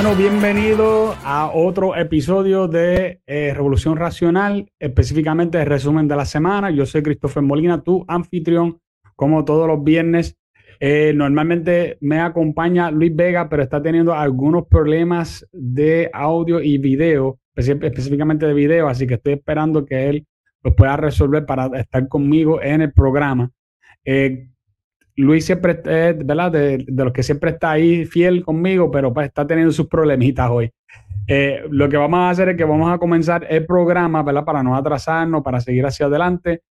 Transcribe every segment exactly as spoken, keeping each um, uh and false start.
Bueno, bienvenido a otro episodio de eh, Revolución Racional, específicamente el resumen de la semana. Yo soy Christopher Molina, tu anfitrión, como todos los viernes. Eh, normalmente me acompaña Luis Vega, pero está teniendo algunos problemas de audio y video, especi- específicamente de video, así que estoy esperando que él los pueda resolver para estar conmigo en el programa. Eh, Luis siempre, eh, ¿verdad? De, de los que siempre está ahí fiel conmigo, pero pues está teniendo sus problemitas hoy. Eh, lo que vamos a hacer es que vamos a comenzar el programa, ¿verdad? Para no atrasarnos, para seguir hacia adelante.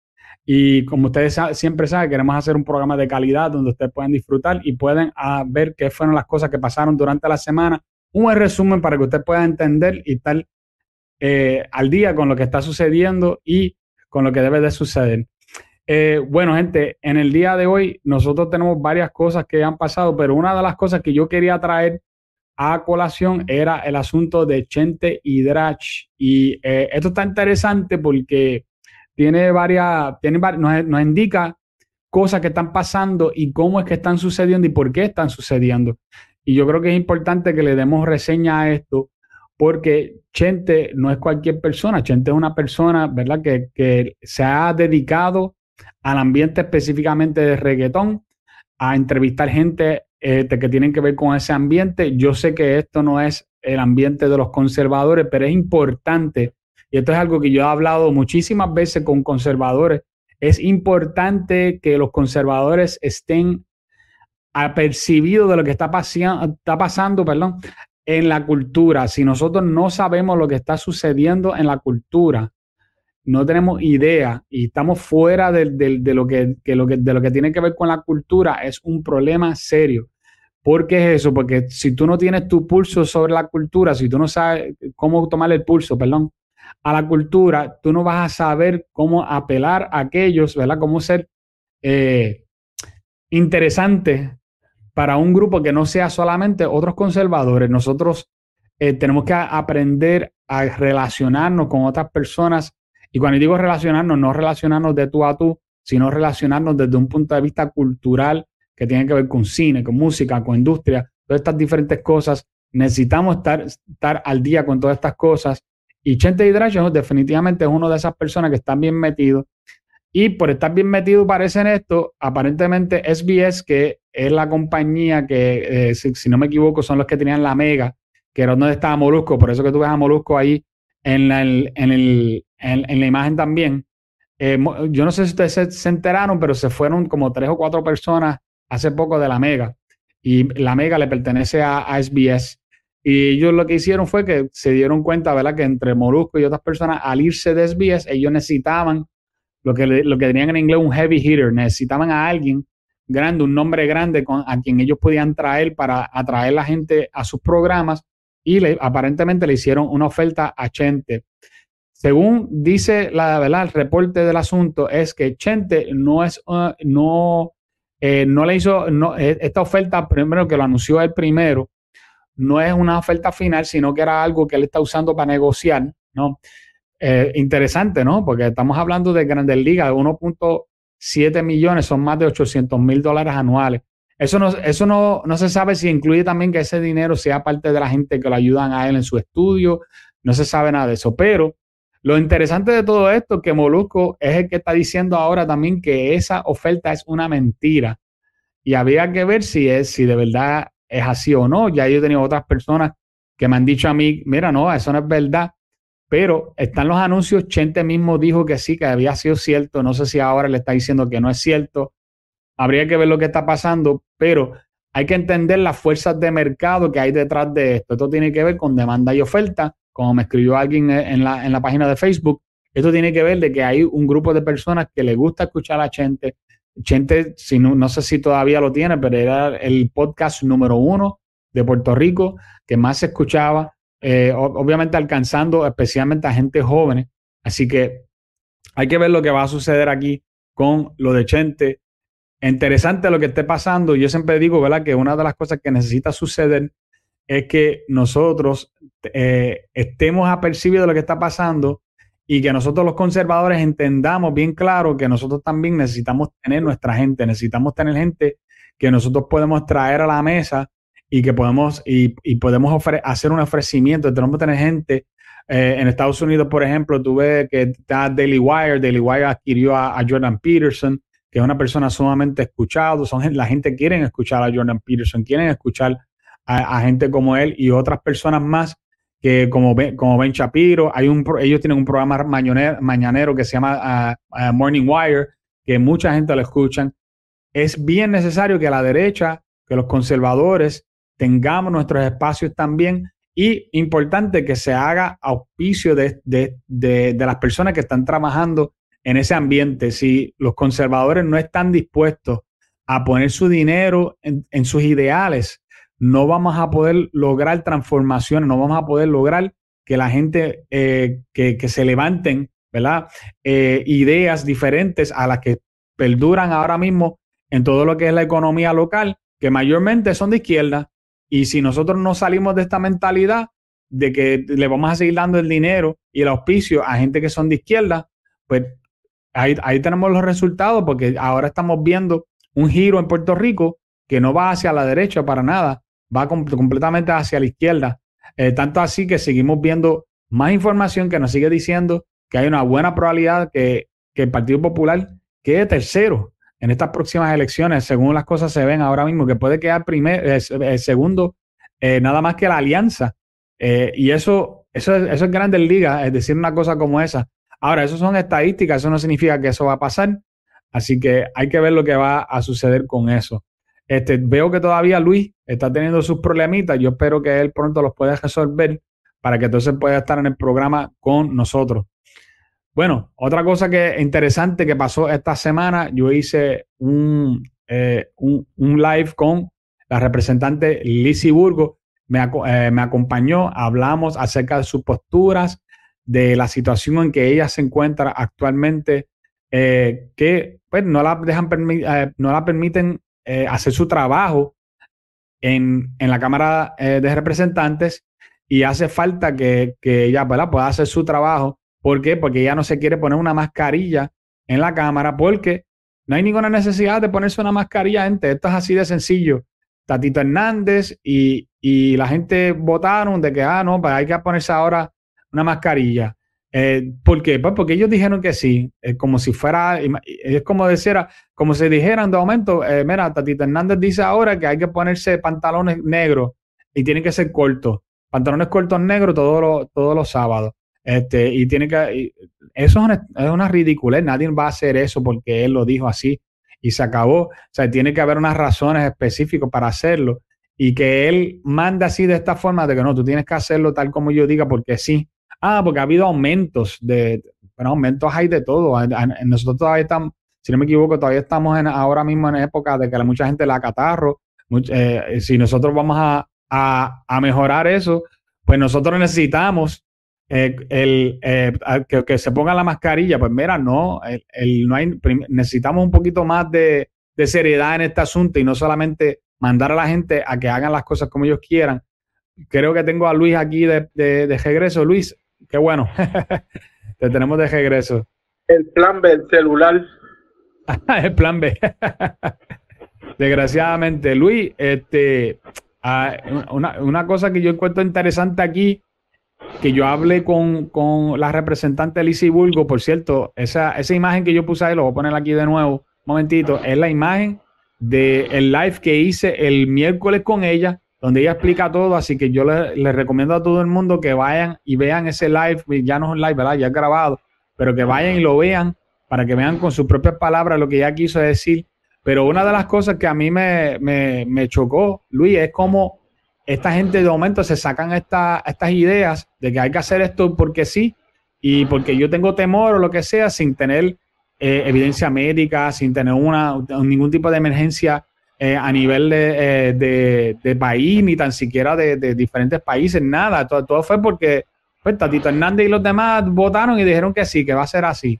Y como ustedes sa- siempre saben, queremos hacer un programa de calidad donde ustedes puedan disfrutar y pueden ah, ver qué fueron las cosas que pasaron durante la semana. Un buen resumen para que usted pueda entender y estar eh, al día con lo que está sucediendo y con lo que debe de suceder. Eh, bueno, gente, en el día de hoy nosotros tenemos varias cosas que han pasado, pero una de las cosas que yo quería traer a colación era el asunto de Chente y Drach. Y eh, esto está interesante porque tiene varias, tiene, var- nos, nos indica cosas que están pasando y cómo es que están sucediendo y por qué están sucediendo. Y yo creo que es importante que le demos reseña a esto porque Chente no es cualquier persona. Chente es una persona, ¿verdad?, que, que se ha dedicado al ambiente específicamente de reggaetón, a entrevistar gente eh, que tienen que ver con ese ambiente. Yo sé que esto no es el ambiente de los conservadores, pero es importante, y esto es algo que yo he hablado muchísimas veces con conservadores, es importante que los conservadores estén apercibidos de lo que está, pasia- está pasando, perdón, en la cultura. Si nosotros no sabemos lo que está sucediendo en la cultura, no tenemos idea y estamos fuera de, de, de, lo que, que lo que, de lo que tiene que ver con la cultura, es un problema serio. ¿Por qué es eso? Porque si tú no tienes tu pulso sobre la cultura, si tú no sabes cómo tomar el pulso, perdón, a la cultura, tú no vas a saber cómo apelar a aquellos, ¿verdad? Cómo ser eh, interesante para un grupo que no sea solamente otros conservadores. Nosotros eh, tenemos que aprender a relacionarnos con otras personas. Y cuando digo relacionarnos, no relacionarnos de tú a tú, sino relacionarnos desde un punto de vista cultural que tiene que ver con cine, con música, con industria, todas estas diferentes cosas. Necesitamos estar, estar al día con todas estas cosas. Y Chente Hydraulics definitivamente es una de esas personas que están bien metidos. Y por estar bien metido, parece en esto, aparentemente S B S, que es la compañía que, eh, si, si no me equivoco, son los que tenían la Mega, que era donde estaba Molusco, por eso que tú ves a Molusco ahí en la, en el, en, en la imagen también. Eh, yo no sé si ustedes se, se enteraron, pero se fueron como tres o cuatro personas hace poco de la Mega. Y la Mega le pertenece a, a S B S. Y ellos lo que hicieron fue que se dieron cuenta, ¿verdad?, que entre Molusco y otras personas, al irse de S B S, ellos necesitaban lo que, lo que tenían en inglés un heavy hitter. Necesitaban a alguien grande, un nombre grande con, a quien ellos podían traer para atraer a la gente a sus programas, y le, aparentemente le hicieron una oferta a Chente. Según dice la verdad, el reporte del asunto es que Chente no es, uh, no, eh, no le hizo, no, esta oferta, primero que lo anunció él primero, no es una oferta final, sino que era algo que él está usando para negociar, ¿no? Eh, interesante, ¿no? Porque estamos hablando de Grandes Ligas, uno punto siete millones, son más de ochocientos mil dólares anuales. Eso, no, eso no, no se sabe si incluye también que ese dinero sea parte de la gente que lo ayudan a él en su estudio. No se sabe nada de eso. Pero lo interesante de todo esto es que Molusco es el que está diciendo ahora también que esa oferta es una mentira. Y había que ver si, es, si de verdad es así o no. Ya yo he tenido otras personas que me han dicho a mí, mira, no, eso no es verdad. Pero están los anuncios. Chente mismo dijo que sí, que había sido cierto. No sé si ahora le está diciendo que no es cierto. Habría que ver lo que está pasando, pero hay que entender las fuerzas de mercado que hay detrás de esto. Esto tiene que ver con demanda y oferta, como me escribió alguien en la, en la página de Facebook. Esto tiene que ver de que hay un grupo de personas que le gusta escuchar a Chente. Chente, si no, no sé si todavía lo tiene, pero era el podcast número uno de Puerto Rico que más se escuchaba. Eh, obviamente alcanzando especialmente a gente joven. Así que hay que ver lo que va a suceder aquí con lo de Chente. Interesante lo que esté pasando. Yo siempre digo, ¿verdad?, que una de las cosas que necesita suceder es que nosotros eh, estemos apercibidos de lo que está pasando y que nosotros los conservadores entendamos bien claro que nosotros también necesitamos tener nuestra gente, necesitamos tener gente que nosotros podemos traer a la mesa y que podemos, y, y podemos ofre- hacer un ofrecimiento. Tenemos que tener gente. Eh, en Estados Unidos, por ejemplo, tú ves que está Daily Wire. Daily Wire adquirió a, a Jordan Peterson, que es una persona sumamente escuchada. Son, la gente quiere escuchar a Jordan Peterson, quieren escuchar a, a gente como él y otras personas más que como Ben, como Ben Shapiro. Hay un, ellos tienen un programa mañanero, mañanero que se llama uh, uh, Morning Wire, que mucha gente lo escuchan. Es bien necesario que la derecha, que los conservadores tengamos nuestros espacios también, y importante que se haga auspicio de, de, de, de las personas que están trabajando en ese ambiente. Si los conservadores no están dispuestos a poner su dinero en, en sus ideales, no vamos a poder lograr transformaciones, no vamos a poder lograr que la gente, eh, que, que se levanten, ¿verdad? Eh, ideas diferentes a las que perduran ahora mismo en todo lo que es la economía local, que mayormente son de izquierda. Y si nosotros no salimos de esta mentalidad de que le vamos a seguir dando el dinero y el auspicio a gente que son de izquierda, pues ahí, ahí tenemos los resultados, porque ahora estamos viendo un giro en Puerto Rico que no va hacia la derecha para nada, va com- completamente hacia la izquierda. Eh, tanto así que seguimos viendo más información que nos sigue diciendo que hay una buena probabilidad que, que el Partido Popular quede tercero en estas próximas elecciones, según las cosas se ven ahora mismo, que puede quedar primer, eh, eh, segundo, eh, nada más que la alianza. Eh, y eso, eso, es, eso es Grandes Ligas, es decir, una cosa como esa. Ahora, eso son estadísticas, eso no significa que eso va a pasar. Así que hay que ver lo que va a suceder con eso. Este, veo que todavía Luis está teniendo sus problemitas. Yo espero que él pronto los pueda resolver para que entonces pueda estar en el programa con nosotros. Bueno, otra cosa que interesante que pasó esta semana, yo hice un, eh, un, un live con la representante Lizy Burgos, me, eh, me acompañó, hablamos acerca de sus posturas, de la situación en que ella se encuentra actualmente, eh, que pues no la dejan eh, no la permiten eh, hacer su trabajo en, en la Cámara eh, de Representantes, y hace falta que, que ella, ¿verdad?, pueda hacer su trabajo. ¿Por qué? Porque ella no se quiere poner una mascarilla en la cámara, porque no hay ninguna necesidad de ponerse una mascarilla, gente. Esto es así de sencillo. Tatito Hernández y, y la gente votaron de que, ah, no, pues hay que ponerse ahora una mascarilla. Eh, ¿Por qué? Pues porque ellos dijeron que sí, eh, como si fuera, es como decir, como si dijeran de momento, eh, mira, Tatito Hernández dice ahora que hay que ponerse pantalones negros y tienen que ser cortos, pantalones cortos negros todos los, todos los sábados. Este, y tiene que, y eso es una, es una ridiculez, nadie va a hacer eso porque él lo dijo así y se acabó. O sea, tiene que haber unas razones específicas para hacerlo, y que él manda así de esta forma de que no, tú tienes que hacerlo tal como yo diga porque sí. Ah, porque ha habido aumentos de, bueno, aumentos hay de todo. Nosotros todavía estamos, si no me equivoco, todavía estamos en, ahora mismo en época de que a mucha gente le da catarro. Much, eh, si nosotros vamos a, a, a mejorar eso, pues nosotros necesitamos eh, el, eh, que, que se ponga la mascarilla. Pues mira, no, el, el, no hay, necesitamos un poquito más de, de seriedad en este asunto, y no solamente mandar a la gente a que hagan las cosas como ellos quieran. Creo que tengo a Luis aquí de, de, de regreso. Luis, qué bueno. Te tenemos de regreso. El plan B, el celular. El plan B. Desgraciadamente. Luis, este, uh, una, una cosa que yo encuentro interesante aquí, que yo hablé con, con la representante Lizy Burgos, por cierto, esa, esa imagen que yo puse ahí, lo voy a poner aquí de nuevo, un momentito, es la imagen del live que hice el miércoles con ella, donde ella explica todo. Así que yo les le recomiendo a todo el mundo que vayan y vean ese live. Ya no es un live, ¿verdad? Ya es grabado, pero que vayan y lo vean para que vean con sus propias palabras lo que ella quiso decir. Pero una de las cosas que a mí me, me, me chocó, Luis, es cómo esta gente de momento se sacan esta, estas ideas de que hay que hacer esto porque sí, y porque yo tengo temor o lo que sea, sin tener eh, evidencia médica, sin tener una, ningún tipo de emergencia Eh, a nivel de, eh, de, de país, ni tan siquiera de, de diferentes países, nada. Todo, todo fue porque pues, Tatito Hernández y los demás votaron y dijeron que sí, que va a ser así.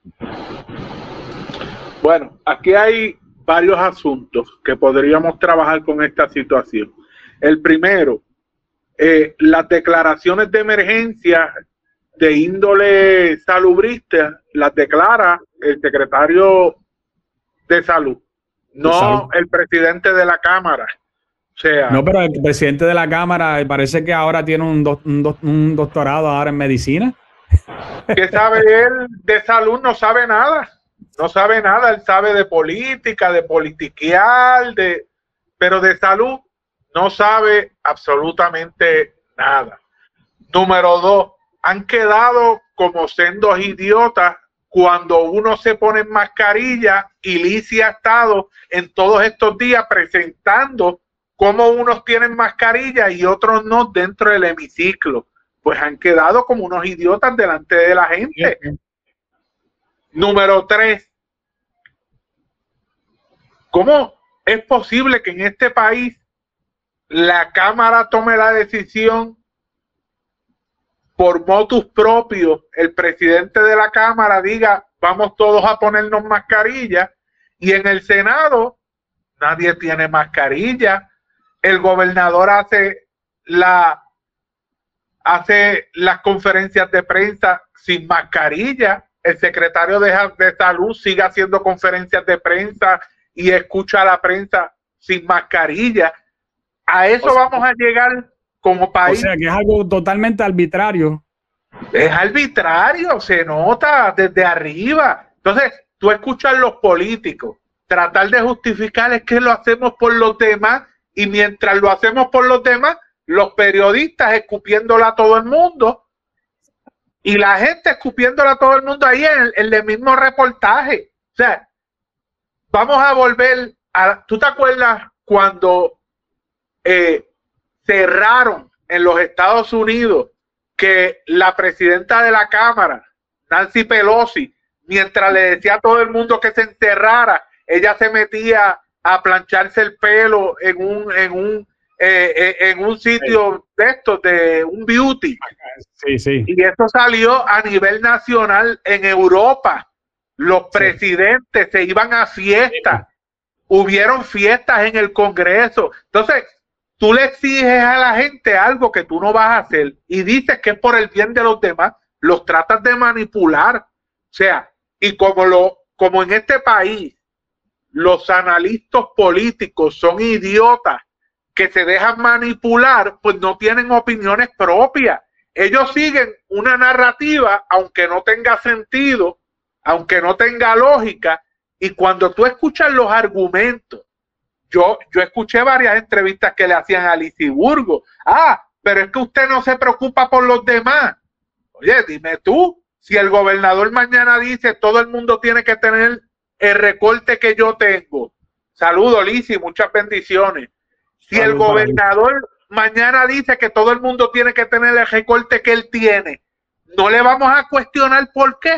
Bueno, aquí hay varios asuntos que podríamos trabajar con esta situación. El primero, eh, las declaraciones de emergencia de índole salubrista las declara el secretario de Salud, no el presidente de la Cámara. O sea, no, pero el presidente de la Cámara parece que ahora tiene un, do, un, do, un doctorado ahora en medicina. ¿Qué sabe él de salud? No sabe nada. No sabe nada. Él sabe de política, de politiquear, de, pero de salud no sabe absolutamente nada. Número dos, han quedado como sendos idiotas cuando uno se pone en mascarilla, y Lizzy ha estado en todos estos días presentando cómo unos tienen mascarilla y otros no dentro del hemiciclo. Pues han quedado como unos idiotas delante de la gente. Sí. Número tres, ¿cómo es posible que en este país la Cámara tome la decisión por motus propio? El presidente de la Cámara diga, vamos todos a ponernos mascarilla, y en el Senado nadie tiene mascarilla. El gobernador hace la hace las conferencias de prensa sin mascarilla. El secretario de, de salud sigue haciendo conferencias de prensa y escucha a la prensa sin mascarilla. A eso o sea, vamos a llegar como país. O sea, que es algo totalmente arbitrario. Es arbitrario, se nota desde arriba. Entonces, tú escuchas a los políticos tratar de justificar es que lo hacemos por los demás, y mientras lo hacemos por los demás, los periodistas escupiéndola a todo el mundo y la gente escupiéndola a todo el mundo ahí en el, en el mismo reportaje. O sea, vamos a volver a... ¿Tú te acuerdas cuando eh, cerraron en los Estados Unidos que la presidenta de la Cámara, Nancy Pelosi, mientras le decía a todo el mundo que se encerrara, ella se metía a plancharse el pelo en un en un eh, en un sitio de estos, de un beauty? Sí, sí. Y eso salió a nivel nacional en Europa. Los sí. presidentes se iban a fiestas. Sí. Hubieron fiestas en el Congreso. Entonces, tú le exiges a la gente algo que tú no vas a hacer y dices que es por el bien de los demás, los tratas de manipular. O sea, y como lo, como en este país los analistas políticos son idiotas que se dejan manipular, pues no tienen opiniones propias. Ellos siguen una narrativa, aunque no tenga sentido, aunque no tenga lógica, y cuando tú escuchas los argumentos, yo, yo escuché varias entrevistas que le hacían a Lizzy Burgos. Ah, pero es que usted no se preocupa por los demás. Oye, dime tú, si el gobernador mañana dice todo el mundo tiene que tener el recorte que yo tengo. Saludos, Lizzy, muchas bendiciones. Si el gobernador mañana dice que todo el mundo tiene que tener el recorte que él tiene, no le vamos a cuestionar por qué.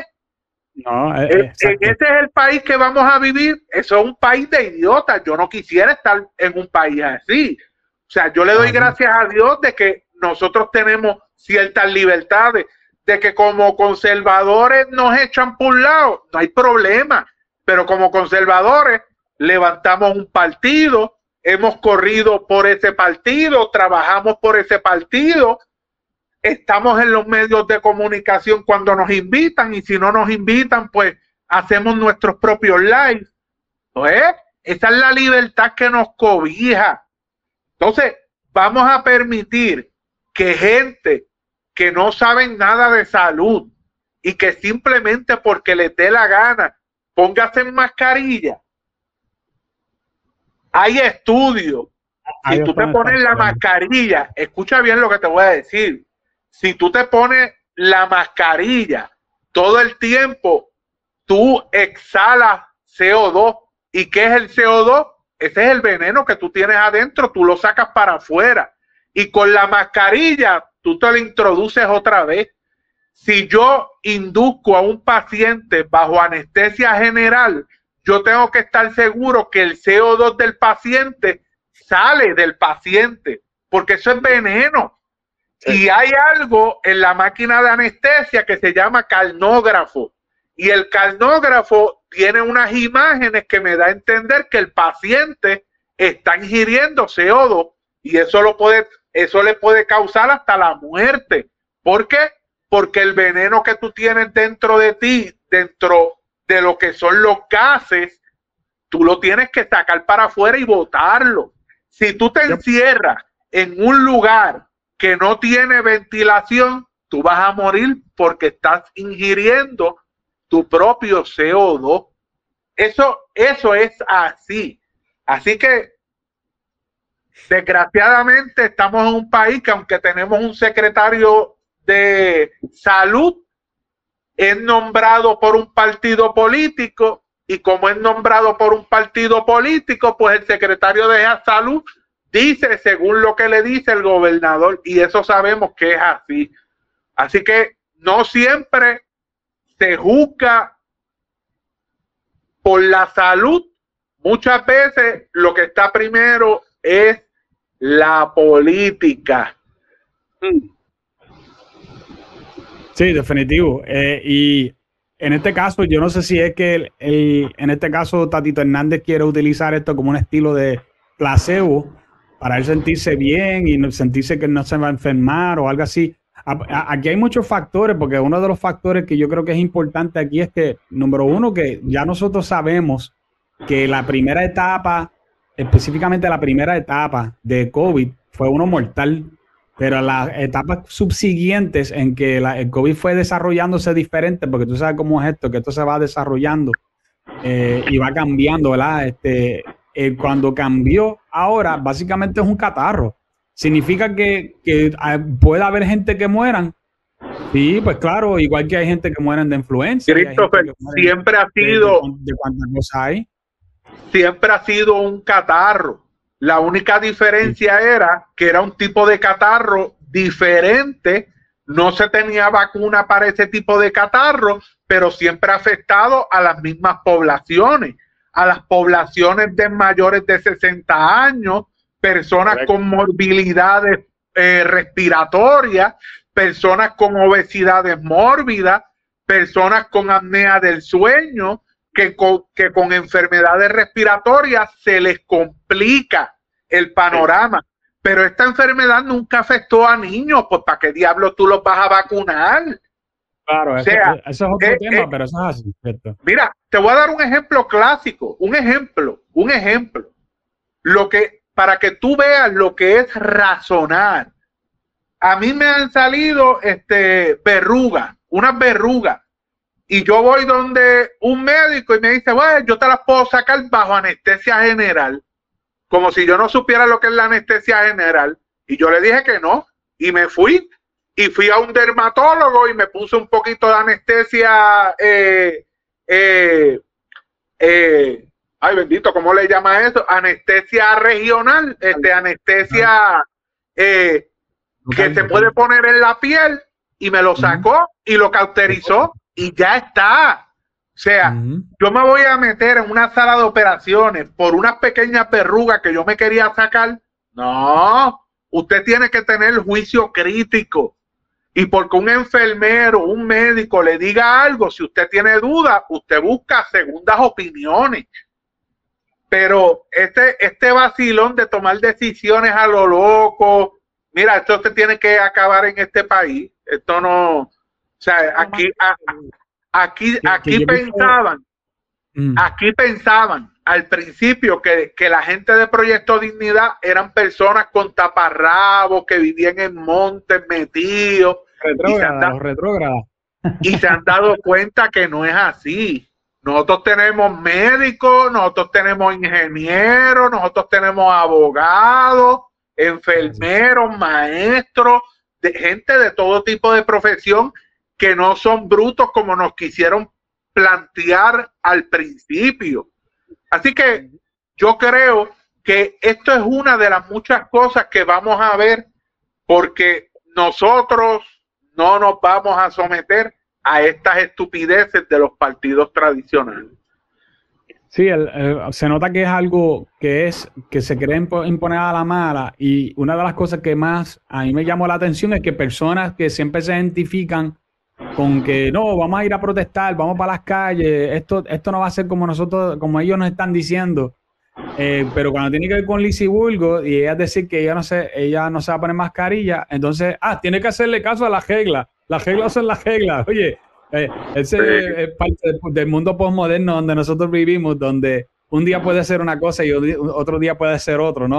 No, eh, en, en ese es el país que vamos a vivir. Eso es un país de idiotas. Yo no quisiera estar en un país así. O sea, yo le doy Ajá. gracias a Dios de que nosotros tenemos ciertas libertades, de que como conservadores nos echan por un lado, no hay problema, pero como conservadores levantamos un partido, hemos corrido por ese partido, trabajamos por ese partido, estamos en los medios de comunicación cuando nos invitan, y si no nos invitan, pues hacemos nuestros propios lives. ¿No es? Esa es la libertad que nos cobija. Entonces, vamos a permitir que gente que no saben nada de salud y que simplemente porque les dé la gana, póngase en mascarilla. Hay estudios. Si tú te pones la mascarilla, escucha bien lo que te voy a decir. Si tú te pones la mascarilla todo el tiempo, tú exhalas C O dos. ¿Y qué es el C O dos? Ese es el veneno que tú tienes adentro, tú lo sacas para afuera. Y con la mascarilla, tú te lo introduces otra vez. Si yo induzco a un paciente bajo anestesia general, yo tengo que estar seguro que el C O dos del paciente sale del paciente, porque eso es veneno. Sí. Y hay algo en la máquina de anestesia que se llama carnógrafo. Y el carnógrafo tiene unas imágenes que me da a entender que el paciente está ingiriendo C O dos, y eso lo puede, eso le puede causar hasta la muerte. ¿Por qué? Porque el veneno que tú tienes dentro de ti, dentro de lo que son los gases, tú lo tienes que sacar para afuera y botarlo. si tú te encierras en un lugar que no tiene ventilación, tú vas a morir porque estás ingiriendo tu propio C O dos. Eso, eso es así. Así que, desgraciadamente, estamos en un país que, aunque tenemos un secretario de salud, es nombrado por un partido político, y como es nombrado por un partido político, pues el secretario de salud dice según lo que le dice el gobernador, y eso sabemos que es así. Así que no siempre se juzga por la salud. Muchas veces lo que está primero es la política. Sí, definitivo. Eh, y en este caso, yo no sé si es que el, el, en este caso Tatito Hernández quiere utilizar esto como un estilo de placebo para él sentirse bien y sentirse que no se va a enfermar o algo así. Aquí hay muchos factores, porque uno de los factores que yo creo que es importante aquí es que, número uno, que ya nosotros sabemos que la primera etapa, específicamente la primera etapa de COVID, fue uno mortal, pero las etapas subsiguientes en que la, el COVID fue desarrollándose diferente, porque tú sabes cómo es esto, que esto se va desarrollando eh, y va cambiando, ¿verdad? Este, eh, cuando cambió, ahora básicamente es un catarro. ¿Significa que, que pueda haber gente que mueran? Sí, pues claro, igual que hay gente que mueren de influenza. Christopher, siempre ha sido... De, de, de cuántas cosas hay. Siempre ha sido un catarro. La única diferencia sí. era que era un tipo de catarro diferente. No se tenía vacuna para ese tipo de catarro, pero siempre ha afectado a las mismas poblaciones, a las poblaciones de mayores de sesenta años, personas Correcto. con morbilidades eh, respiratorias, personas con obesidades mórbidas, personas con apnea del sueño, que con, que con enfermedades respiratorias se les complica el panorama. Sí. Pero esta enfermedad nunca afectó a niños, pues ¿para qué diablos tú los vas a vacunar? Claro, o sea, eso, eso es otro eh, tema, eh, pero eso es así, ¿cierto? Mira, te voy a dar un ejemplo clásico, un ejemplo, un ejemplo. Lo que, para que tú veas lo que es razonar. A mí me han salido este, verrugas, unas verrugas. Y yo voy donde un médico y me dice, bueno, yo te las puedo sacar bajo anestesia general. Como si yo no supiera lo que es la anestesia general. Y yo le dije que no. Y me fui. Y fui a un dermatólogo y me puso un poquito de anestesia. Eh, eh, eh, ay, bendito, ¿cómo le llama eso? Anestesia regional. Este, anestesia eh, que se puede poner en la piel. Y me lo sacó y lo cauterizó. Y ya está. O sea, uh-huh. yo me voy a meter en una sala de operaciones por unas pequeñas verrugas que yo me quería sacar. No, usted tiene que tener juicio crítico. Y porque un enfermero, un médico le diga algo, si usted tiene duda, usted busca segundas opiniones. Pero este, este vacilón de tomar decisiones a lo loco, mira, esto se tiene que acabar en este país. Esto no... O sea, aquí, a, aquí, aquí pensaban, aquí pensaban al principio que, que la gente de Proyecto Dignidad eran personas con taparrabos, que vivían en montes metidos. Retrógrada, retrógrada. Y se han dado cuenta que no es así. Nosotros tenemos médicos, nosotros tenemos ingenieros, nosotros tenemos abogados, enfermeros, maestros, de, gente de todo tipo de profesión, que no son brutos como nos quisieron plantear al principio. Así que yo creo que esto es una de las muchas cosas que vamos a ver, porque nosotros no nos vamos a someter a estas estupideces de los partidos tradicionales. Sí, el, el, se nota que es algo que es que se quiere imponer a la mala, y una de las cosas que más a mí me llamó la atención es que personas que siempre se identifican con que no, vamos a ir a protestar, vamos para las calles, esto, esto no va a ser como nosotros, como ellos nos están diciendo, eh, pero cuando tiene que ver con Lizy Burgos y ella decir que ella no se, ella no se va a poner mascarilla, entonces, ah, tiene que hacerle caso a las reglas, las reglas son las reglas. Oye, eh, ese es parte del mundo postmoderno donde nosotros vivimos, donde un día puede ser una cosa y otro día puede ser otro, ¿no?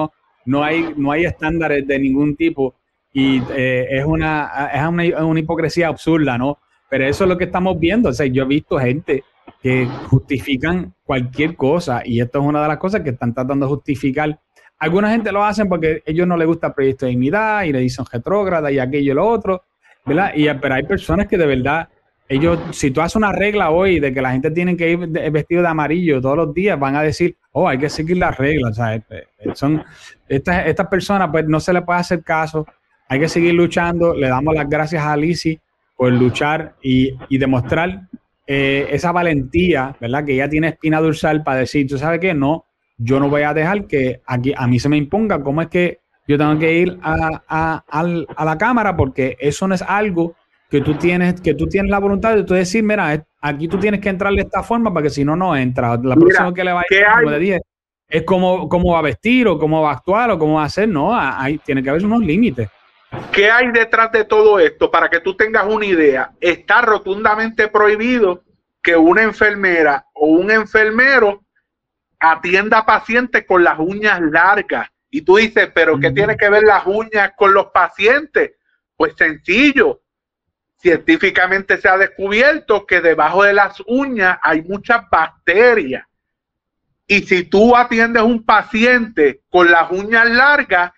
no hay, no hay estándares de ningún tipo y eh, es, una, es una, una hipocresía absurda, ¿no? Pero eso es lo que estamos viendo. O sea, yo he visto gente que justifican cualquier cosa y esto es una de las cosas que están tratando de justificar. Alguna gente lo hacen porque a ellos no les gusta el proyecto de dignidad y le dicen retrógrada y aquello y lo otro, ¿verdad? Y, pero hay personas que de verdad, ellos, si tú haces una regla hoy de que la gente tiene que ir vestido de amarillo todos los días, van a decir, oh, hay que seguir las reglas. O sea, son, estas, estas personas, pues no se les puede hacer caso, hay que seguir luchando. Le damos las gracias a Lizzy por luchar y, y demostrar eh, esa valentía, ¿verdad? Que ella tiene espina dorsal para decir, ¿tú sabes qué? No, yo no voy a dejar que aquí a mí se me imponga cómo es que yo tengo que ir a, a, a, a la cámara, porque eso no es algo que tú tienes, que tú tienes la voluntad de tú decir, mira, aquí tú tienes que entrar de esta forma, porque si no, no entra. La próxima que le va a ir, como le dije, es cómo, cómo va a vestir o cómo va a actuar o cómo va a hacer, no, hay, tiene que haber unos límites. ¿Qué hay detrás de todo esto? Para que tú tengas una idea, está rotundamente prohibido que una enfermera o un enfermero atienda a pacientes con las uñas largas. Y tú dices, ¿pero mm. qué tiene que ver las uñas con los pacientes? Pues sencillo. Científicamente se ha descubierto que debajo de las uñas hay muchas bacterias. Y si tú atiendes a un paciente con las uñas largas,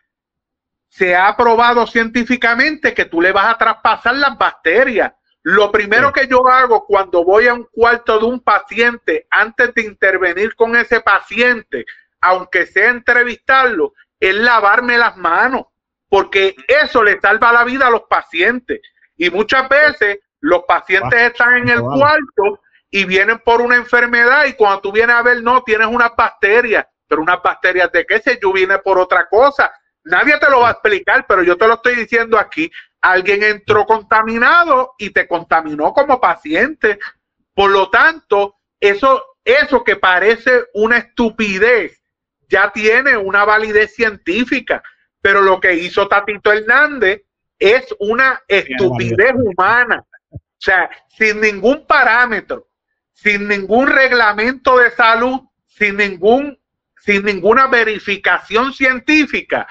se ha probado científicamente que tú le vas a traspasar las bacterias. Lo primero sí. que yo hago cuando voy a un cuarto de un paciente, antes de intervenir con ese paciente, aunque sea entrevistarlo, es lavarme las manos, porque eso le salva la vida a los pacientes. Y muchas veces los pacientes ah, están en el vale. cuarto y vienen por una enfermedad y cuando tú vienes a ver, no, tienes unas bacterias, pero unas bacterias de qué sé yo, viene por otra cosa. Nadie te lo va a explicar, pero yo te lo estoy diciendo aquí. Alguien entró contaminado y te contaminó como paciente. Por lo tanto, eso, eso que parece una estupidez ya tiene una validez científica. Pero lo que hizo Tatito Hernández es una estupidez humana. O sea, sin ningún parámetro, sin ningún reglamento de salud, sin ningún, sin ninguna verificación científica,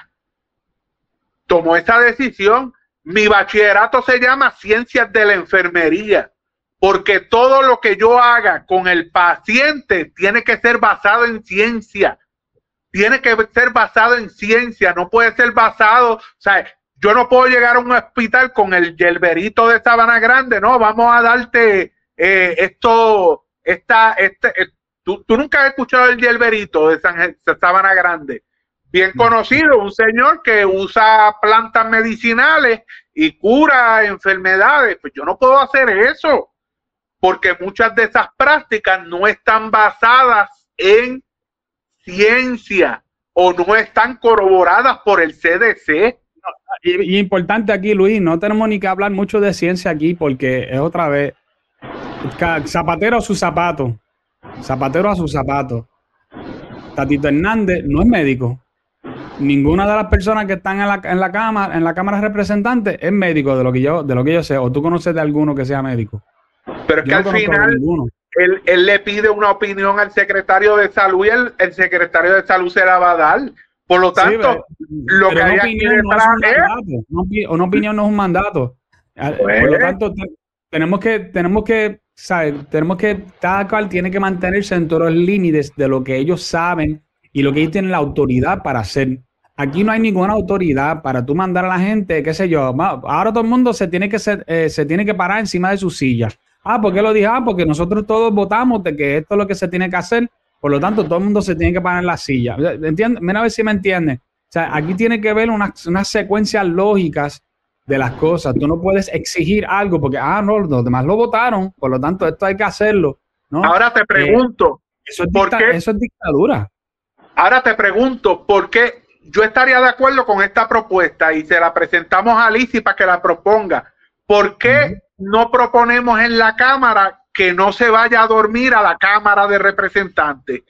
tomó esa decisión. Mi bachillerato se llama Ciencias de la Enfermería, porque todo lo que yo haga con el paciente tiene que ser basado en ciencia. Tiene que ser basado en ciencia, no puede ser basado, o sea, yo no puedo llegar a un hospital con el yelberito de Sabana Grande, no, vamos a darte eh, esto, esta, este, eh, tú, tú nunca has escuchado el yelberito de, San, de Sabana Grande. Bien conocido, un señor que usa plantas medicinales y cura enfermedades. Pues yo no puedo hacer eso, porque muchas de esas prácticas no están basadas en ciencia o no están corroboradas por el C D C. Y, y importante aquí, Luis, no tenemos ni que hablar mucho de ciencia aquí, porque es otra vez, zapatero a su zapato, zapatero a su zapato. Tatito Hernández no es médico. Ninguna de las personas que están en la, en la cámara, en la Cámara de Representantes es médico, de lo que yo, de lo que yo sé. O tú conoces de alguno que sea médico. Pero es que al final él, él le pide una opinión al secretario de salud y el, el secretario de salud se la va a dar. Por lo tanto, sí, pero, lo pero que hay aquí detrás es una opinión no es un mandato. Pues, por lo tanto, te, tenemos que, tenemos que, ¿sabes? Tenemos que, cada cual tiene que mantenerse dentro de los límites de lo que ellos saben y lo que ellos tienen la autoridad para hacer. Aquí no hay ninguna autoridad para tú mandar a la gente, qué sé yo. Ahora todo el mundo se tiene que ser, eh, se tiene que parar encima de su silla. Ah, ¿por qué lo dije? Ah, porque nosotros todos votamos de que esto es lo que se tiene que hacer. Por lo tanto, todo el mundo se tiene que parar en la silla. ¿Entiendes? Mira a ver si me entiendes. O sea, aquí tiene que ver unas, unas secuencias lógicas de las cosas. Tú no puedes exigir algo porque, ah, no, los demás lo votaron. Por lo tanto, esto hay que hacerlo, ¿no? Ahora te pregunto. Eh, eso, es ¿por qué? Eso es dictadura. Ahora te pregunto, ¿por qué? Yo estaría de acuerdo con esta propuesta y se la presentamos a Lizzy para que la proponga. ¿Por qué uh-huh. no proponemos en la Cámara que no se vaya a dormir a la Cámara de Representantes?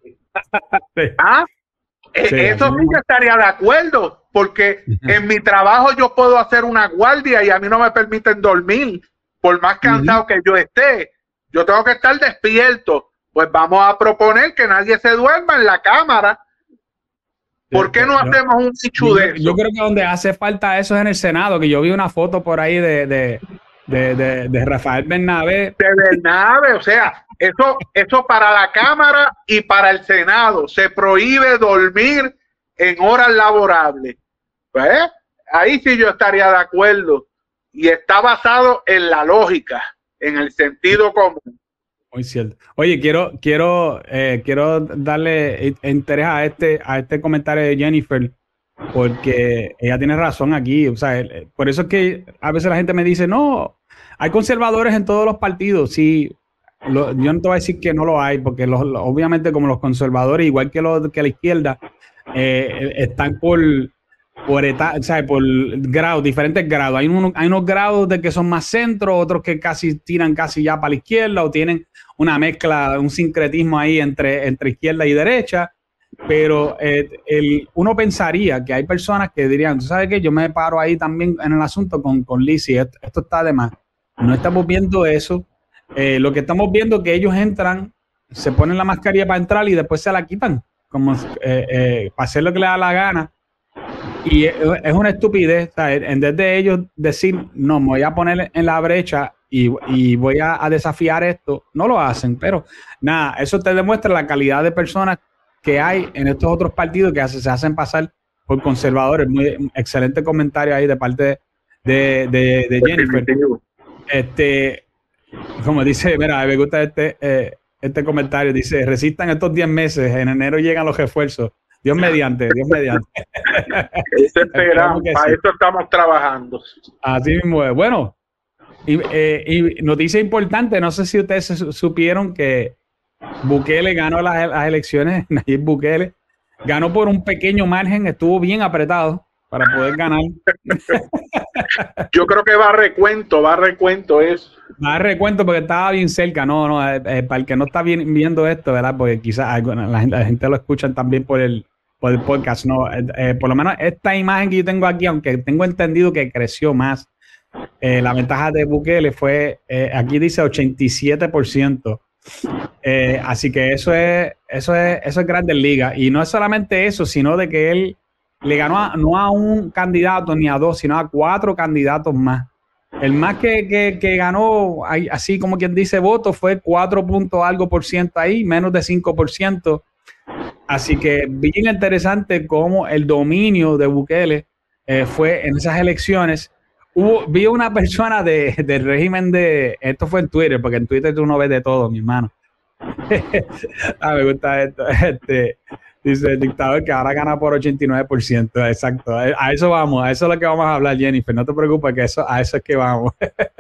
Sí. ¿Ah? Sí, Eso sí que estaría de acuerdo, porque uh-huh. en mi trabajo yo puedo hacer una guardia y a mí no me permiten dormir, por más cansado uh-huh. que yo esté. Yo tengo que estar despierto. Pues vamos a proponer que nadie se duerma en la Cámara. ¿Por qué no yo, hacemos un nicho yo, de eso? Yo creo que donde hace falta eso es en el Senado, que yo vi una foto por ahí de, de, de, de, de Rafael Bernabé. De Bernabé, o sea, eso, eso para la Cámara y para el Senado. Se prohíbe dormir en horas laborables. Pues, ahí sí yo estaría de acuerdo. Y está basado en la lógica, en el sentido común. Muy cierto. Oye, quiero, quiero, eh, quiero darle interés a este, a este comentario de Jennifer, porque ella tiene razón aquí. O sea, por eso es que a veces la gente me dice, no, hay conservadores en todos los partidos. Sí, lo, yo no te voy a decir que no lo hay, porque los, obviamente como los conservadores, igual que, los, que la izquierda, eh, están por... por etapa, o sea, por grados, diferentes grados. Hay, uno, hay unos grados de que son más centro, otros que casi tiran casi ya para la izquierda o tienen una mezcla, un sincretismo ahí entre, entre izquierda y derecha. Pero eh, el, uno pensaría que hay personas que dirían, ¿tú sabes qué? Yo me paro ahí también en el asunto con, con Lizzie, esto, esto está de más. No estamos viendo eso. Eh, lo que estamos viendo es que ellos entran, se ponen la mascarilla para entrar y después se la quitan, como eh, eh, para hacer lo que les da la gana. Y es una estupidez, ¿sabes? En vez de ellos decir, no, me voy a poner en la brecha y, y voy a, a desafiar esto, no lo hacen. Pero nada, eso te demuestra la calidad de personas que hay en estos otros partidos que hace, se hacen pasar por conservadores. Muy excelente comentario ahí de parte de, de, de Jennifer. Este, como dice, mira, me gusta este, eh, este comentario, dice, resistan estos diez meses, en enero llegan los refuerzos. Dios mediante, Dios mediante. Eso esperamos, para sí. Eso estamos trabajando. Así mismo es. Bueno, y, eh, y noticia importante, no sé si ustedes supieron que Bukele ganó las, las elecciones, Nayib Bukele, ganó por un pequeño margen, estuvo bien apretado para poder ganar. Yo creo que va a recuento, va a recuento eso. Va a recuento porque estaba bien cerca, no, no, eh, eh, para el que no está bien, viendo esto, ¿verdad? Porque quizás la gente, la gente lo escucha también por el, por el podcast, no, eh, eh, por lo menos esta imagen que yo tengo aquí, aunque tengo entendido que creció más, eh, la ventaja de Bukele fue, eh, aquí dice ochenta y siete por ciento. Eh, así que eso es, eso es, eso es Grandes Ligas. Y no es solamente eso, sino de que él le ganó a, no a un candidato ni a dos, sino a cuatro candidatos más. El más que, que, que ganó, así como quien dice, voto, fue cuatro punto algo por ciento ahí, menos de cinco por ciento. Así que bien interesante cómo el dominio de Bukele eh, fue en esas elecciones. Hubo, vi una persona de, del régimen de, esto fue en Twitter, porque en Twitter tú no ves de todo, mi hermano. Ah, me gusta esto. Este, dice el dictador que ahora gana por ochenta y nueve por ciento. Exacto. A eso vamos, a eso es lo que vamos a hablar, Jennifer. No te preocupes, que eso, a eso es que vamos.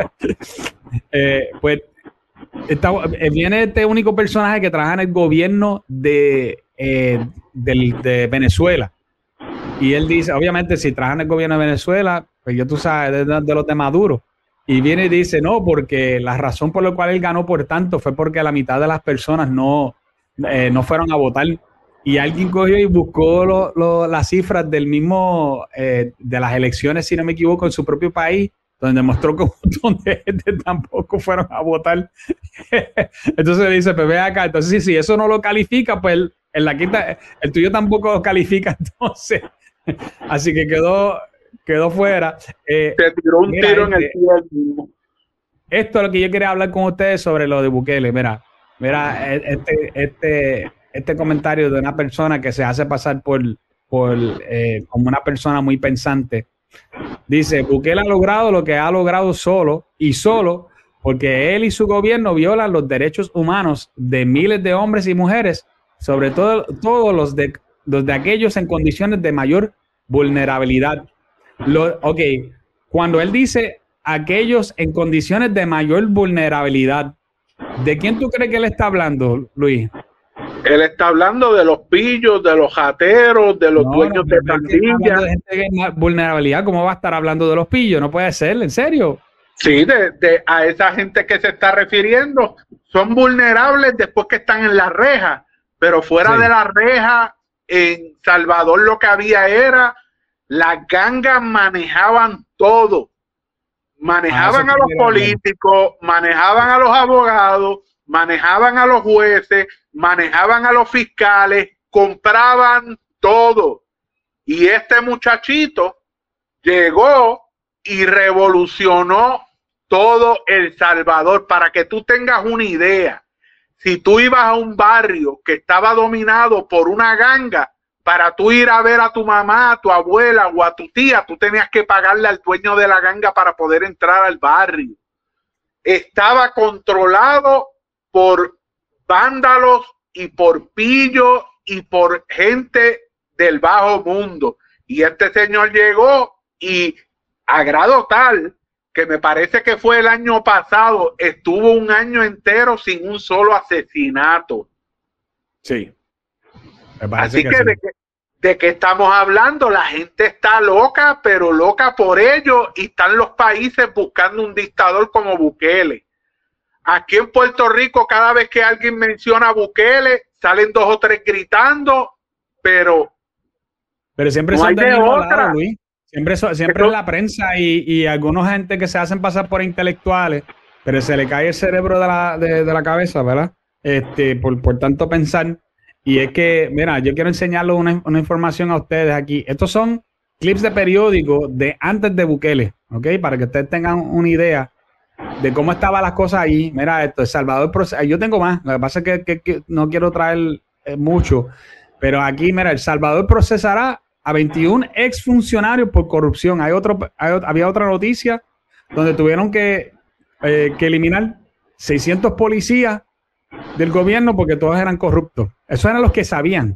eh, pues está, viene este único personaje que trabaja en el gobierno de, eh, del, de Venezuela. Y él dice, obviamente, si trabaja en el gobierno de Venezuela, pues ya tú sabes, de, de los de Maduro. Y viene y dice, no, porque la razón por la cual él ganó por tanto fue porque la mitad de las personas no, eh, no fueron a votar. Y alguien cogió y buscó lo, lo, las cifras del mismo, eh, de las elecciones, si no me equivoco, en su propio país, donde demostró que un montón de gente tampoco fueron a votar. Entonces dice, pues ve acá, entonces si, si eso no lo califica, pues el, el, la quita, el tuyo tampoco lo califica, entonces. Así que quedó, quedó fuera. Eh, Se tiró un mira, tiro este, en el pie mismo. Esto es lo que yo quería hablar con ustedes sobre lo de Bukele. Mira, mira, este, este, este comentario de una persona que se hace pasar por, por eh, como una persona muy pensante. Dice, Bukele ha logrado lo que ha logrado solo y solo porque él y su gobierno violan los derechos humanos de miles de hombres y mujeres, sobre todo todos los de, los de aquellos en condiciones de mayor vulnerabilidad. Lo, ok, cuando él dice aquellos en condiciones de mayor vulnerabilidad, ¿de quién tú crees que él está hablando, Luis? Él está hablando de los pillos, de los jateros, de los no, dueños no, de pandillas. De gente de vulnerabilidad, ¿cómo va a estar hablando de los pillos? No puede ser, ¿en serio? Sí, de, de a esa gente que se está refiriendo, son vulnerables después que están en la reja, pero fuera sí. de la reja, en Salvador lo que había era, las gangas manejaban todo, manejaban ah, a los políticos, bien. manejaban a los abogados, manejaban a los jueces, manejaban a los fiscales, compraban todo. Y este muchachito llegó y revolucionó todo El Salvador. Para que tú tengas una idea, si tú ibas a un barrio que estaba dominado por una ganga, para tú ir a ver a tu mamá, a tu abuela o a tu tía, tú tenías que pagarle al dueño de la ganga para poder entrar al barrio. Estaba controlado por vándalos y por pillos y por gente del bajo mundo. Y este señor llegó y a grado tal que me parece que fue el año pasado, estuvo un año entero sin un solo asesinato. Sí. Así que, que sí. de, que de qué estamos hablando, la gente está loca, pero loca por ello, y están los países buscando un dictador como Bukele. Aquí en Puerto Rico, cada vez que alguien menciona a Bukele, salen dos o tres gritando, pero pero siempre no son hay del de mismo otra. lado, Luis. Siempre, so, siempre es la prensa y, y algunos gente que se hacen pasar por intelectuales, pero se le cae el cerebro de la, de, de la cabeza, ¿verdad? Este, por, por tanto pensar. Y es que, mira, yo quiero enseñarles una, una información a ustedes aquí. Estos son clips de periódico de antes de Bukele, ¿ok? Para que ustedes tengan una idea de cómo estaban las cosas ahí. Mira esto, El Salvador, yo tengo más, lo que pasa es que, que, que no quiero traer eh, mucho, pero aquí, mira, El Salvador procesará a veintiún exfuncionarios por corrupción. Hay otro, hay, había otra noticia donde tuvieron que, eh, que eliminar seiscientos policías del gobierno porque todos eran corruptos. Esos eran los que sabían,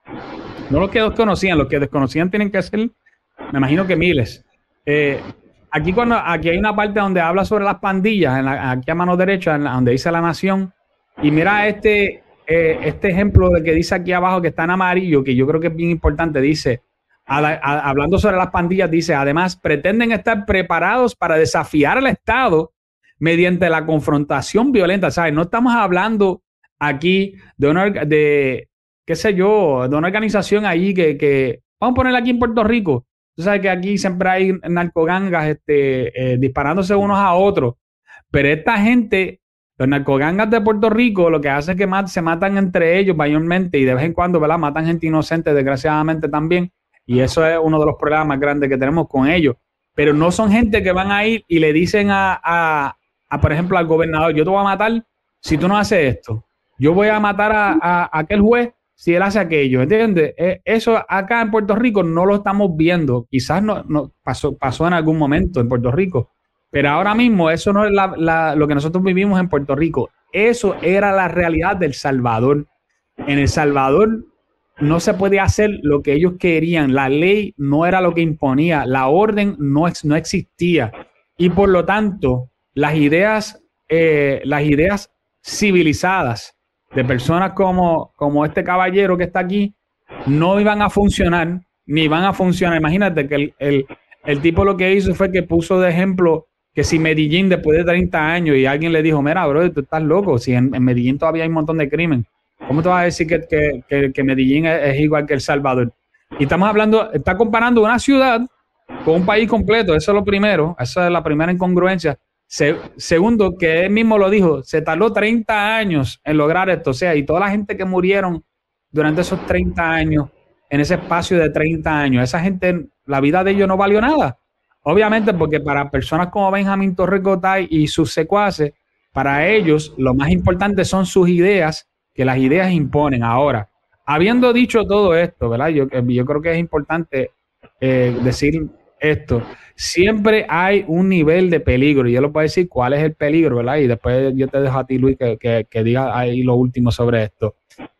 no los que desconocían. Los que desconocían tienen que ser, me imagino que miles. Eh, aquí, cuando, aquí hay una parte donde habla sobre las pandillas, en la, aquí a mano derecha, en la, donde dice La Nación, y mira este, eh, este ejemplo de que dice aquí abajo, que está en amarillo, que yo creo que es bien importante. Dice, a la, a, hablando sobre las pandillas, dice, además pretenden estar preparados para desafiar al Estado mediante la confrontación violenta. ¿Sabes? No estamos hablando aquí de una, de, qué sé yo, de una organización allí que, que vamos a ponerla aquí en Puerto Rico. Tú sabes que aquí siempre hay narcogangas este, eh, disparándose unos a otros, pero esta gente, los narcogangas de Puerto Rico, lo que hace es que mat, se matan entre ellos mayormente, y de vez en cuando, ¿verdad?, matan gente inocente, desgraciadamente también, y eso es uno de los problemas más grandes que tenemos con ellos. Pero no son gente que van a ir y le dicen a, a, a por ejemplo, al gobernador, yo te voy a matar si tú no haces esto. Yo voy a matar a, a, a aquel juez si él hace aquello, ¿entiendes? Eh, eso acá en Puerto Rico no lo estamos viendo. Quizás no, no pasó, pasó en algún momento en Puerto Rico, pero ahora mismo eso no es la, la, lo que nosotros vivimos en Puerto Rico. Eso era la realidad del Salvador. En El Salvador no se podía hacer lo que ellos querían. La ley no era lo que imponía. La orden no, no existía. Y por lo tanto, las ideas, eh, las ideas civilizadas de personas como, como este caballero que está aquí no iban a funcionar, ni van a funcionar. Imagínate que el, el, el tipo lo que hizo fue que puso de ejemplo que si Medellín después de treinta años y alguien le dijo, mira, bro, tú estás loco, si en, en Medellín todavía hay un montón de crimen, ¿cómo te vas a decir que, que, que, que Medellín es, es igual que El Salvador? Y estamos hablando, está comparando una ciudad con un país completo. Eso es lo primero, esa es la primera incongruencia. Se, segundo, que él mismo lo dijo, se tardó treinta años en lograr esto. O sea, y toda la gente que murieron durante esos treinta años, en ese espacio de treinta años, esa gente, la vida de ellos no valió nada. Obviamente porque para personas como Benjamín Torres Gotay y sus secuaces, para ellos lo más importante son sus ideas, que las ideas imponen. Ahora, habiendo dicho todo esto, ¿verdad? Yo, yo creo que es importante eh, decir esto. Siempre hay un nivel de peligro, y yo lo puedo decir cuál es el peligro, ¿verdad? Y después yo te dejo a ti, Luis, que, que, que diga ahí lo último sobre esto.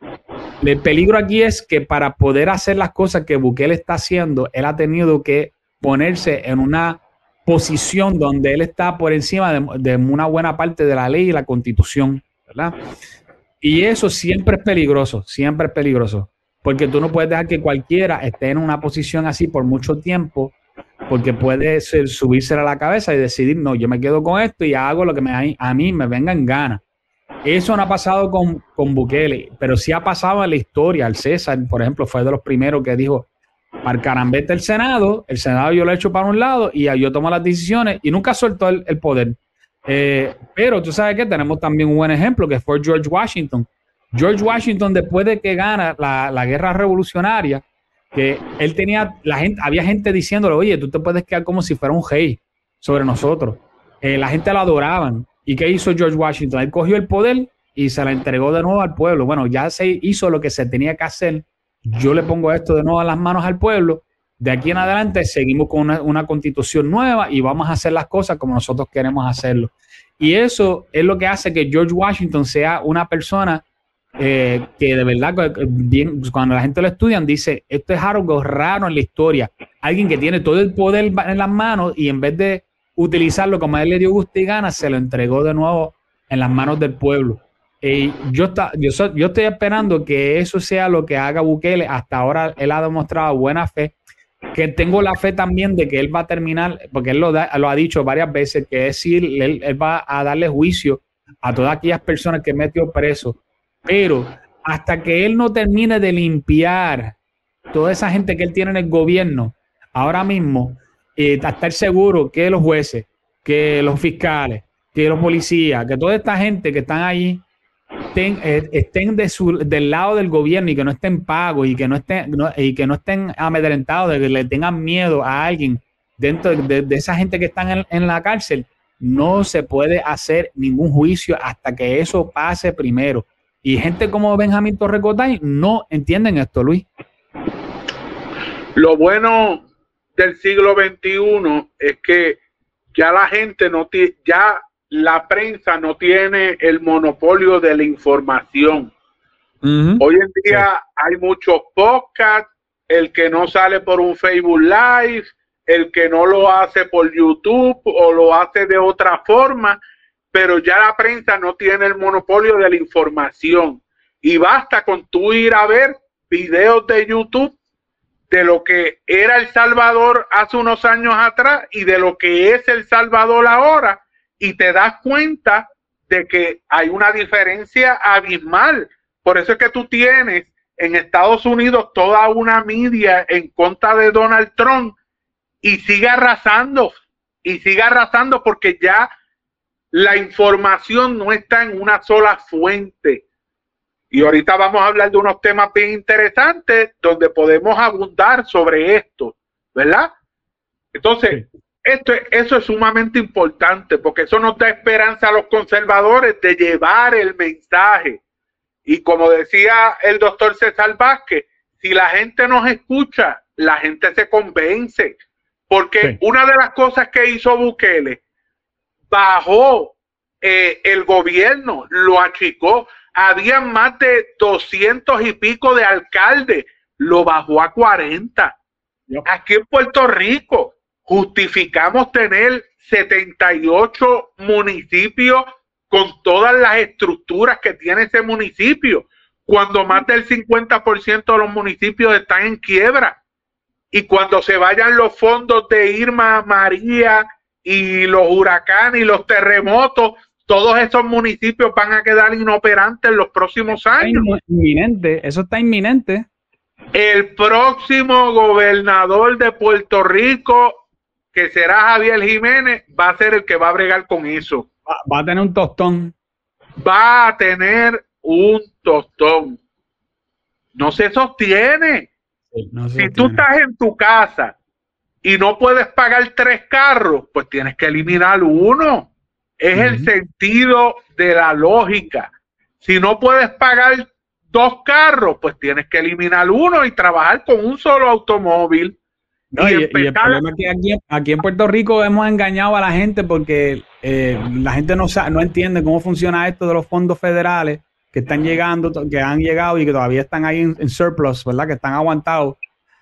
El peligro aquí es que para poder hacer las cosas que Bukele está haciendo, él ha tenido que ponerse en una posición donde él está por encima de, de una buena parte de la ley y la Constitución, ¿verdad? Y eso siempre es peligroso, siempre es peligroso, porque tú no puedes dejar que cualquiera esté en una posición así por mucho tiempo, porque puede ser, subirse a la cabeza y decidir, no, yo me quedo con esto y hago lo que me, a mí me venga en gana. Eso no ha pasado con, con Bukele, pero sí ha pasado en la historia. El César, por ejemplo, fue de los primeros que dijo, para el carambete el Senado, el Senado yo lo he hecho para un lado y yo tomo las decisiones, y nunca soltó el, el poder. Eh, pero tú sabes que tenemos también un buen ejemplo, que fue George Washington. George Washington, después de que gana la, la guerra revolucionaria, que él tenía, la gente, había gente diciéndole, oye, tú te puedes quedar como si fuera un rey sobre nosotros. Eh, la gente lo adoraban. ¿Y qué hizo George Washington? Él cogió el poder y se la entregó de nuevo al pueblo. Bueno, ya se hizo lo que se tenía que hacer. Yo le pongo esto de nuevo a las manos al pueblo. De aquí en adelante seguimos con una, una constitución nueva y vamos a hacer las cosas como nosotros queremos hacerlo. Y eso es lo que hace que George Washington sea una persona eh, que de verdad, bien, cuando la gente lo estudia, dice, esto es algo raro en la historia. Alguien que tiene todo el poder en las manos y en vez de utilizarlo como a él le dio gusto y gana, se lo entregó de nuevo en las manos del pueblo. Y yo, está, yo, so, yo estoy esperando que eso sea lo que haga Bukele. Hasta ahora él ha demostrado buena fe, que tengo la fe también de que él va a terminar, porque él lo, da, lo ha dicho varias veces, que es decir, él, él va a darle juicio a todas aquellas personas que metió preso. Pero hasta que él no termine de limpiar toda esa gente que él tiene en el gobierno, ahora mismo, eh, a estar seguro que los jueces, que los fiscales, que los policías, que toda esta gente que están ahí estén, eh, estén de su, del lado del gobierno y que no estén pagos y que no estén, no, y que no estén amedrentados, de que le tengan miedo a alguien dentro de, de, de esa gente que están en, en la cárcel, no se puede hacer ningún juicio hasta que eso pase primero. Y gente como Benjamín Torrecotay no entienden esto, Luis. Lo bueno del siglo veintiuno es que ya la gente no tiene, ya la prensa no tiene el monopolio de la información. Uh-huh. Hoy en día sí. Hay muchos podcasts, el que no sale por un Facebook Live, el que no lo hace por YouTube o lo hace de otra forma, pero ya la prensa no tiene el monopolio de la información. Y basta con tú ir a ver videos de YouTube de lo que era El Salvador hace unos años atrás y de lo que es El Salvador ahora, y te das cuenta de que hay una diferencia abismal. Por eso es que tú tienes en Estados Unidos toda una media en contra de Donald Trump y sigue arrasando, y sigue arrasando porque ya la información no está en una sola fuente. Y ahorita vamos a hablar de unos temas bien interesantes donde podemos abundar sobre esto, ¿verdad? Entonces, sí. esto, eso es sumamente importante porque eso nos da esperanza a los conservadores de llevar el mensaje. Y como decía el doctor César Vázquez, si la gente nos escucha, la gente se convence. Porque sí. una de las cosas que hizo Bukele, bajó eh, el gobierno, lo achicó. Había más de doscientos y pico de alcaldes, lo bajó a cuarenta. Yep. Aquí en Puerto Rico justificamos tener setenta y ocho municipios con todas las estructuras que tiene ese municipio, cuando más del cincuenta por ciento de los municipios están en quiebra. Y cuando se vayan los fondos de Irma, María y los huracanes y los terremotos, todos esos municipios van a quedar inoperantes en los próximos años. Está inminente, eso está inminente. El próximo gobernador de Puerto Rico, que será Javier Jiménez, va a ser el que va a bregar con eso. Va, va a tener un tostón. Va a tener un tostón. No se sostiene. Sí, no se si sostiene. Tú estás en tu casa y no puedes pagar tres carros, pues tienes que eliminar uno. Es uh-huh. el sentido de la lógica. Si no puedes pagar dos carros, pues tienes que eliminar uno y trabajar con un solo automóvil. No, y, y, y el problema es que aquí, aquí en Puerto Rico hemos engañado a la gente porque eh, la gente no sabe, no entiende cómo funciona esto de los fondos federales que están llegando, que han llegado y que todavía están ahí en, en surplus, ¿verdad? Que están aguantados.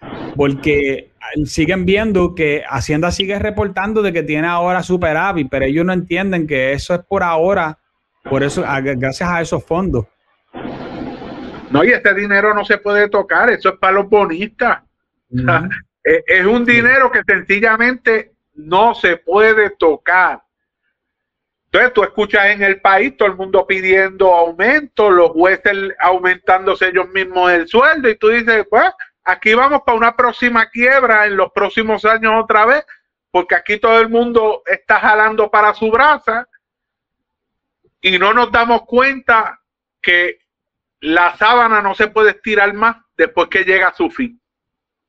Porque siguen viendo que Hacienda sigue reportando de que tiene ahora superávit, pero ellos no entienden que eso es por ahora, por eso, gracias a esos fondos. No, y este dinero no se puede tocar, eso es para los bonistas. Uh-huh. O sea, es, es un dinero que sencillamente no se puede tocar. Entonces tú escuchas en el país todo el mundo pidiendo aumento, los jueces aumentándose ellos mismos el sueldo, y tú dices, pues, aquí vamos para una próxima quiebra en los próximos años otra vez, porque aquí todo el mundo está jalando para su brasa y no nos damos cuenta que la sábana no se puede estirar más después que llega a su fin.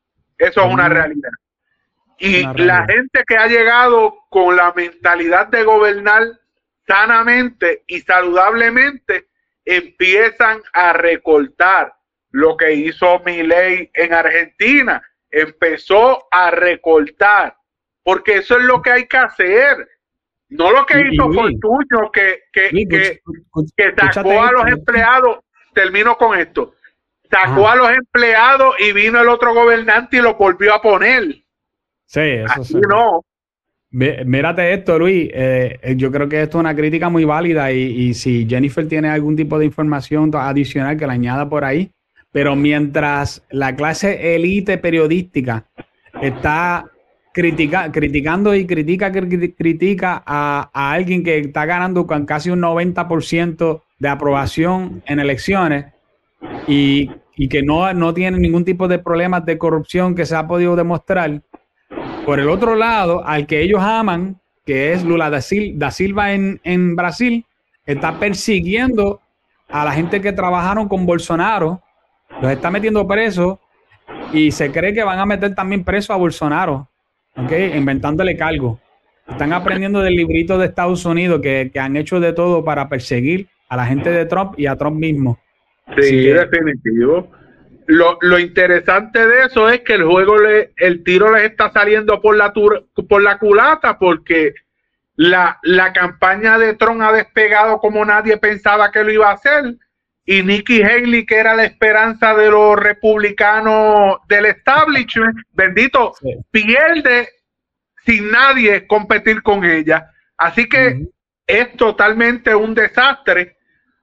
Eso es una realidad. Y una realidad. La gente que ha llegado con la mentalidad de gobernar sanamente y saludablemente empiezan a recortar. Lo que hizo Milei en Argentina, empezó a recortar, porque eso es lo que hay que hacer. No lo que y, hizo y, Fortuño, que, que, y, que, que sacó a los empleados, termino con esto, sacó Ajá. a los empleados y vino el otro gobernante y lo volvió a poner. Sí, eso Así sí. no. Mírate esto, Luis, eh, yo creo que esto es una crítica muy válida y, y si Jennifer tiene algún tipo de información adicional que la añada por ahí, pero mientras la clase élite periodística está critica, criticando y critica, critica a, a alguien que está ganando con casi un noventa por ciento de aprobación en elecciones y, y que no, no tiene ningún tipo de problemas de corrupción que se ha podido demostrar, por el otro lado, al que ellos aman, que es Lula da Silva en, en Brasil, está persiguiendo a la gente que trabajaron con Bolsonaro, los está metiendo presos y se cree que van a meter también preso a Bolsonaro, ¿okay? Inventándole cargo. Están aprendiendo del librito de Estados Unidos que, que han hecho de todo para perseguir a la gente de Trump y a Trump mismo. Sí, que, definitivo. Lo, lo interesante de eso es que el juego, le, el tiro les está saliendo por la, tur, por la culata, porque la, la campaña de Trump ha despegado como nadie pensaba que lo iba a hacer. Y Nikki Haley, que era la esperanza de los republicanos del establishment, bendito, sí. pierde sin nadie competir con ella. Así que uh-huh. es totalmente un desastre.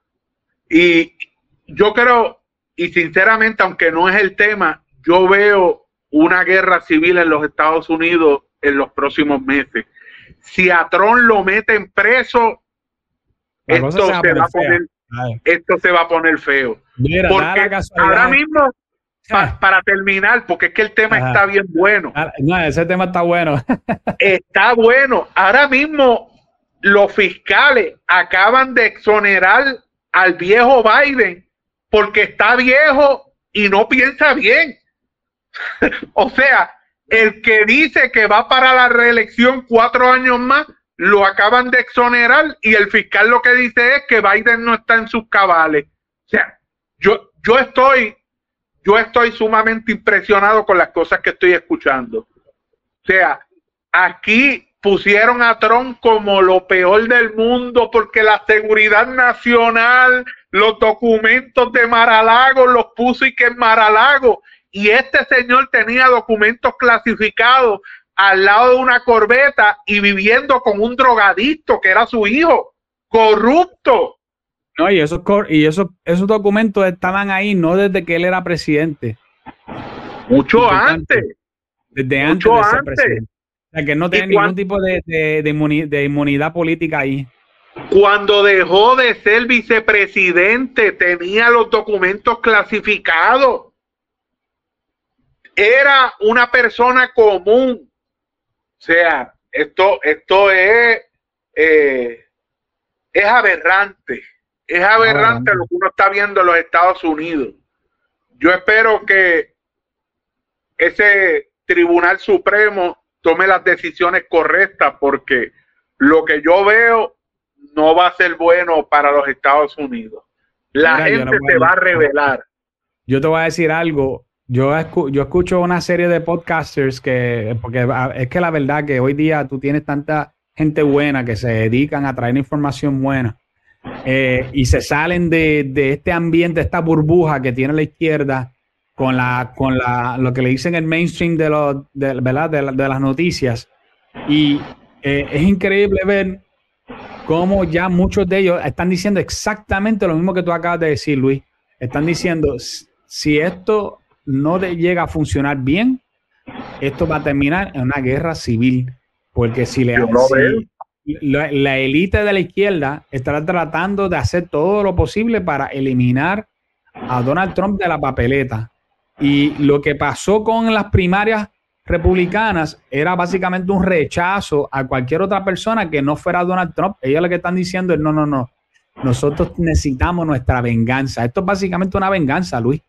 Y yo creo, y sinceramente, aunque no es el tema, yo veo una guerra civil en los Estados Unidos en los próximos meses. Si a Trump lo meten preso, la esto se, se va a poner esto se va a poner feo. Mira, porque ahora mismo, pa, para terminar, porque es que el tema Ajá. está bien bueno. No, ese tema está bueno. Está bueno. Ahora mismo los fiscales acaban de exonerar al viejo Biden porque está viejo y no piensa bien. O sea, el que dice que va para la reelección cuatro años más, lo acaban de exonerar y el fiscal lo que dice es que Biden no está en sus cabales. O sea, yo, yo estoy, yo estoy sumamente impresionado con las cosas que estoy escuchando. O sea, aquí pusieron a Trump como lo peor del mundo porque la seguridad nacional, los documentos de Mar-a-Lago los puso y que en Mar-a-Lago. Y este señor tenía documentos clasificados al lado de una corbeta y viviendo con un drogadicto que era su hijo, corrupto. No, y esos, y esos, esos documentos estaban ahí no desde que él era presidente. Mucho antes. Desde antes Mucho de ser antes. presidente. O sea, que no tenía ningún tipo de, de, de, inmunidad, de inmunidad política ahí. Cuando dejó de ser vicepresidente, tenía los documentos clasificados. Era una persona común. O sea, esto, esto es, eh, es aberrante. Es aberrante lo que uno está viendo en los Estados Unidos. Yo espero que ese Tribunal Supremo tome las decisiones correctas, porque lo que yo veo no va a ser bueno para los Estados Unidos. La Mira, gente no se va a rebelar. Yo te voy a decir algo. Yo, escu yo escucho una serie de podcasters que, porque es que la verdad que hoy día tú tienes tanta gente buena que se dedican a traer información buena eh, y se salen de, de este ambiente, esta burbuja que tiene la izquierda con la con la lo que le dicen el mainstream de, los, de, ¿verdad? de, de las noticias. Y eh, es increíble ver cómo ya muchos de ellos están diciendo exactamente lo mismo que tú acabas de decir, Luis. Están diciendo, si esto no de, llega a funcionar bien, esto va a terminar en una guerra civil, porque si, le, no si la, la élite de la izquierda estará tratando de hacer todo lo posible para eliminar a Donald Trump de la papeleta, y lo que pasó con las primarias republicanas era básicamente un rechazo a cualquier otra persona que no fuera Donald Trump. Ellos lo que están diciendo es no, no, no, nosotros necesitamos nuestra venganza. Esto es básicamente una venganza, Luis.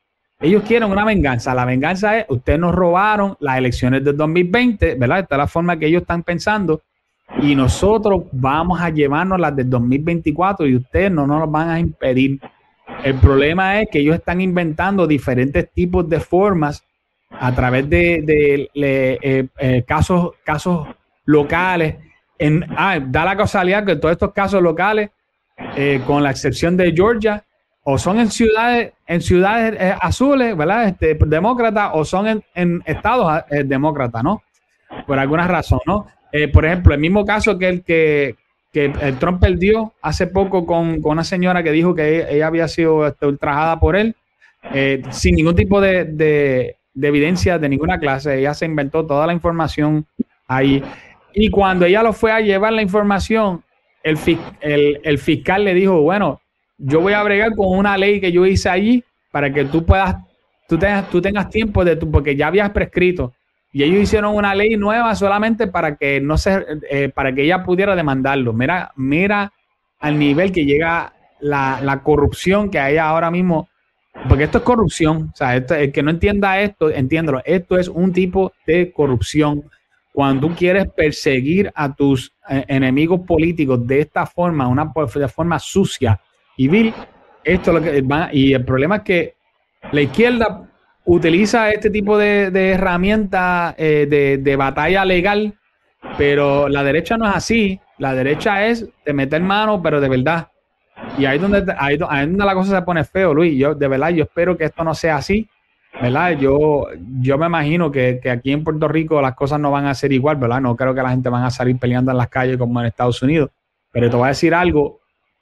Ellos quieren una venganza. La venganza es, ustedes nos robaron las elecciones del dos mil veinte, ¿verdad? Esta es la forma que ellos están pensando. Y nosotros vamos a llevarnos las del dos mil veinticuatro y ustedes no nos van a impedir. El problema es que ellos están inventando diferentes tipos de formas a través de, de, de eh, eh, casos, casos locales. En, ah, da la casualidad que todos estos casos locales, eh, con la excepción de Georgia, o son en ciudades, en ciudades eh, azules, ¿verdad? Este, demócratas, o son en, en estados eh, demócratas, ¿no? Por alguna razón, ¿no? Eh, por ejemplo, el mismo caso que el que, que el Trump perdió hace poco con, con una señora que dijo que ella, ella había sido este, ultrajada por él, eh, sin ningún tipo de, de, de evidencia de ninguna clase. Ella se inventó toda la información ahí. Y cuando ella lo fue a llevar la información, el, el, el fiscal le dijo, bueno, yo voy a bregar con una ley que yo hice allí para que tú puedas, tú tengas, tú tengas tiempo de tu, porque ya habías prescrito. Y ellos hicieron una ley nueva solamente para que no se, eh, para que ella pudiera demandarlo. Mira, mira al nivel que llega la, la corrupción que hay ahora mismo, porque esto es corrupción. O sea, esto, el que no entienda esto, entiéndelo. Esto es un tipo de corrupción. Cuando tú quieres perseguir a tus eh, enemigos políticos de esta forma, una de forma sucia y vil, esto es lo que va. Y el problema es que la izquierda utiliza este tipo de, de herramientas eh, de, de batalla legal, pero la derecha no es así. La derecha es de meter mano, pero de verdad. Y ahí es donde, ahí, ahí es donde la cosa se pone feo, Luis. Yo, de verdad, yo espero que esto no sea así, ¿verdad? Yo, yo me imagino que, que aquí en Puerto Rico las cosas no van a ser igual, ¿verdad? No creo que la gente van a salir peleando en las calles como en Estados Unidos. Pero te voy a decir algo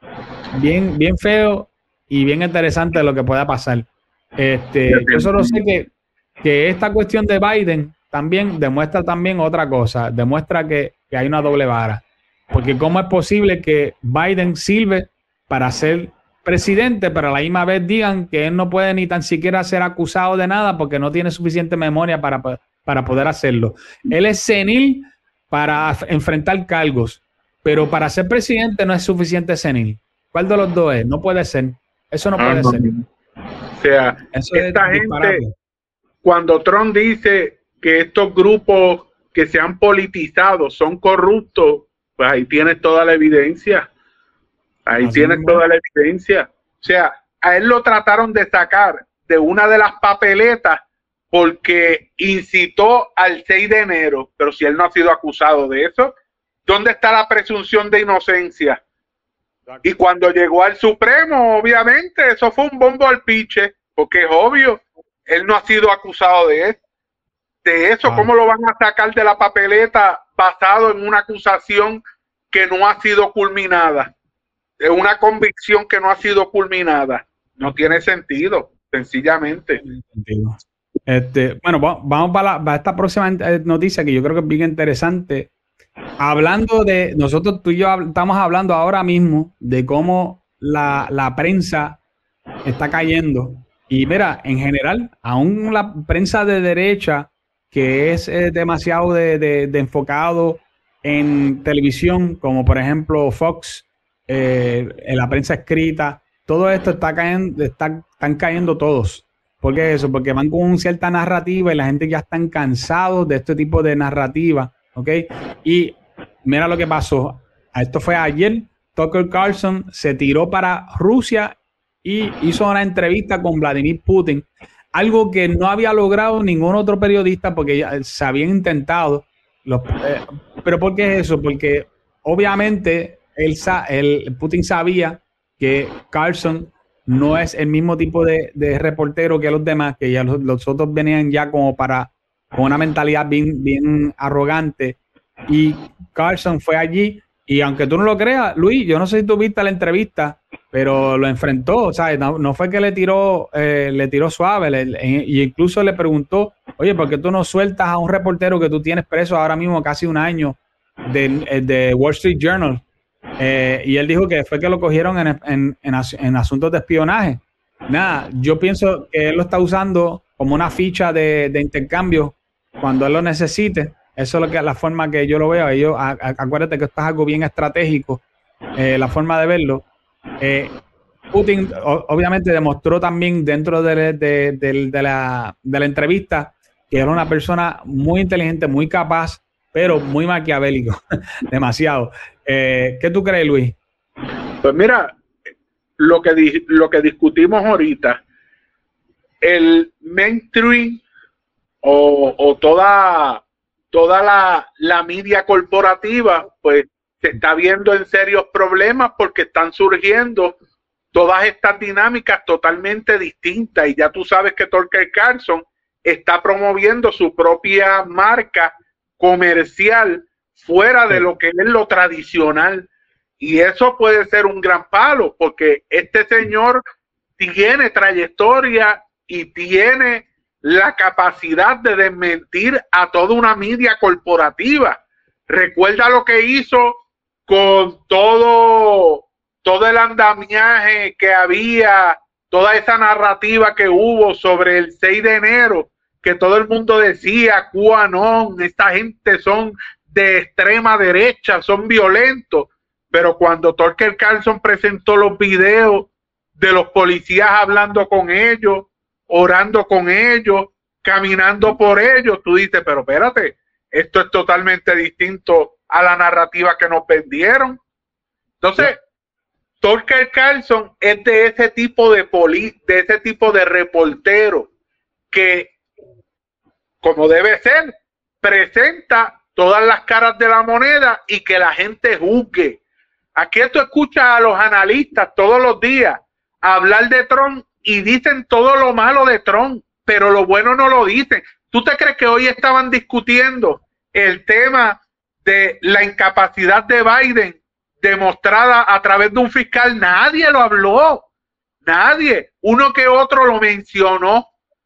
bien, bien feo y bien interesante de lo que pueda pasar. Este, yo solo sé que, que esta cuestión de Biden también demuestra también otra cosa, demuestra que, que hay una doble vara, porque cómo es posible que Biden sirve para ser presidente, pero a la misma vez digan que él no puede ni tan siquiera ser acusado de nada porque no tiene suficiente memoria para, para poder hacerlo. Él es senil para enfrentar cargos, pero para ser presidente no es suficiente senil. ¿Cuál de los dos es? No puede ser. Eso no puede ser. O sea, eso esta gente, disparate. Cuando Trump dice que estos grupos que se han politizado son corruptos, pues ahí tienes toda la evidencia. Ahí Así tienes mismo. toda la evidencia. O sea, a él lo trataron de sacar de una de las papeletas porque incitó al seis de enero, pero si él no ha sido acusado de eso, ¿dónde está la presunción de inocencia? Y cuando llegó al Supremo, obviamente, eso fue un bombo al piche, porque es obvio, él no ha sido acusado de eso. De eso, ah. ¿Cómo lo van a sacar de la papeleta basado en una acusación que no ha sido culminada? De una convicción que no ha sido culminada. No tiene sentido, sencillamente. Este, bueno, vamos para, la, para esta próxima noticia que yo creo que es bien interesante. Hablando de, nosotros tú y yo estamos hablando ahora mismo de cómo la, la prensa está cayendo. Y mira, en general, aún la prensa de derecha, que es eh, demasiado de, de, de enfocado en televisión, como por ejemplo Fox, eh, en la prensa escrita, todo esto está cayendo, está, están cayendo todos. ¿Por qué eso? Porque van con cierta narrativa y la gente ya están cansados de este tipo de narrativa. ¿Ok? Y mira lo que pasó. Esto fue ayer. Tucker Carlson se tiró para Rusia y hizo una entrevista con Vladimir Putin. Algo que no había logrado ningún otro periodista porque ya se habían intentado. Los, eh, ¿Pero por qué es eso? Porque obviamente él, el Putin sabía que Carlson no es el mismo tipo de, de reportero que los demás, que ya los, los otros venían ya como para con una mentalidad bien, bien arrogante, y Carlson fue allí, y aunque tú no lo creas, Luis, yo no sé si tú viste la entrevista, pero lo enfrentó, ¿sabes? No, no fue que le tiró, eh, le tiró suave, le, le, y incluso le preguntó, oye, ¿por qué tú no sueltas a un reportero que tú tienes preso ahora mismo casi un año de, de Wall Street Journal? Eh, y él dijo que fue que lo cogieron en, en, en, en asuntos de espionaje. Nada, yo pienso que él lo está usando como una ficha de, de intercambio cuando él lo necesite. Eso es lo que la forma que yo lo veo. Yo, a, a, acuérdate que esto es algo bien estratégico, eh, la forma de verlo. Eh, Putin o, obviamente demostró también dentro de, de, de, de, la, de la entrevista que era una persona muy inteligente, muy capaz, pero muy maquiavélico, demasiado. Eh, ¿Qué tú crees, Luis? Pues mira, lo que, di, lo que discutimos ahorita, el mainstream o, o toda, toda la, la media corporativa, pues se está viendo en serios problemas porque están surgiendo todas estas dinámicas totalmente distintas. Y ya tú sabes que Tucker Carlson está promoviendo su propia marca comercial fuera de lo que es lo tradicional. Y eso puede ser un gran palo, porque este señor tiene trayectoria y tiene la capacidad de desmentir a toda una media corporativa. Recuerda lo que hizo con todo, todo el andamiaje que había, toda esa narrativa que hubo sobre el seis de enero, que todo el mundo decía, QAnon, esta gente son de extrema derecha, son violentos. Pero cuando Tucker Carlson presentó los videos de los policías hablando con ellos, orando con ellos, caminando por ellos, tú dices, pero espérate, esto es totalmente distinto a la narrativa que nos vendieron. Entonces, Tucker Carlson es de ese tipo de poli, de ese tipo de reportero que, como debe ser, presenta todas las caras de la moneda y que la gente juzgue. Aquí tú escuchas a los analistas todos los días hablar de Trump y dicen todo lo malo de Trump, pero lo bueno no lo dicen. ¿Tú te crees que hoy estaban discutiendo el tema de la incapacidad de Biden demostrada a través de un fiscal? Nadie lo habló, nadie. Uno que otro lo mencionó.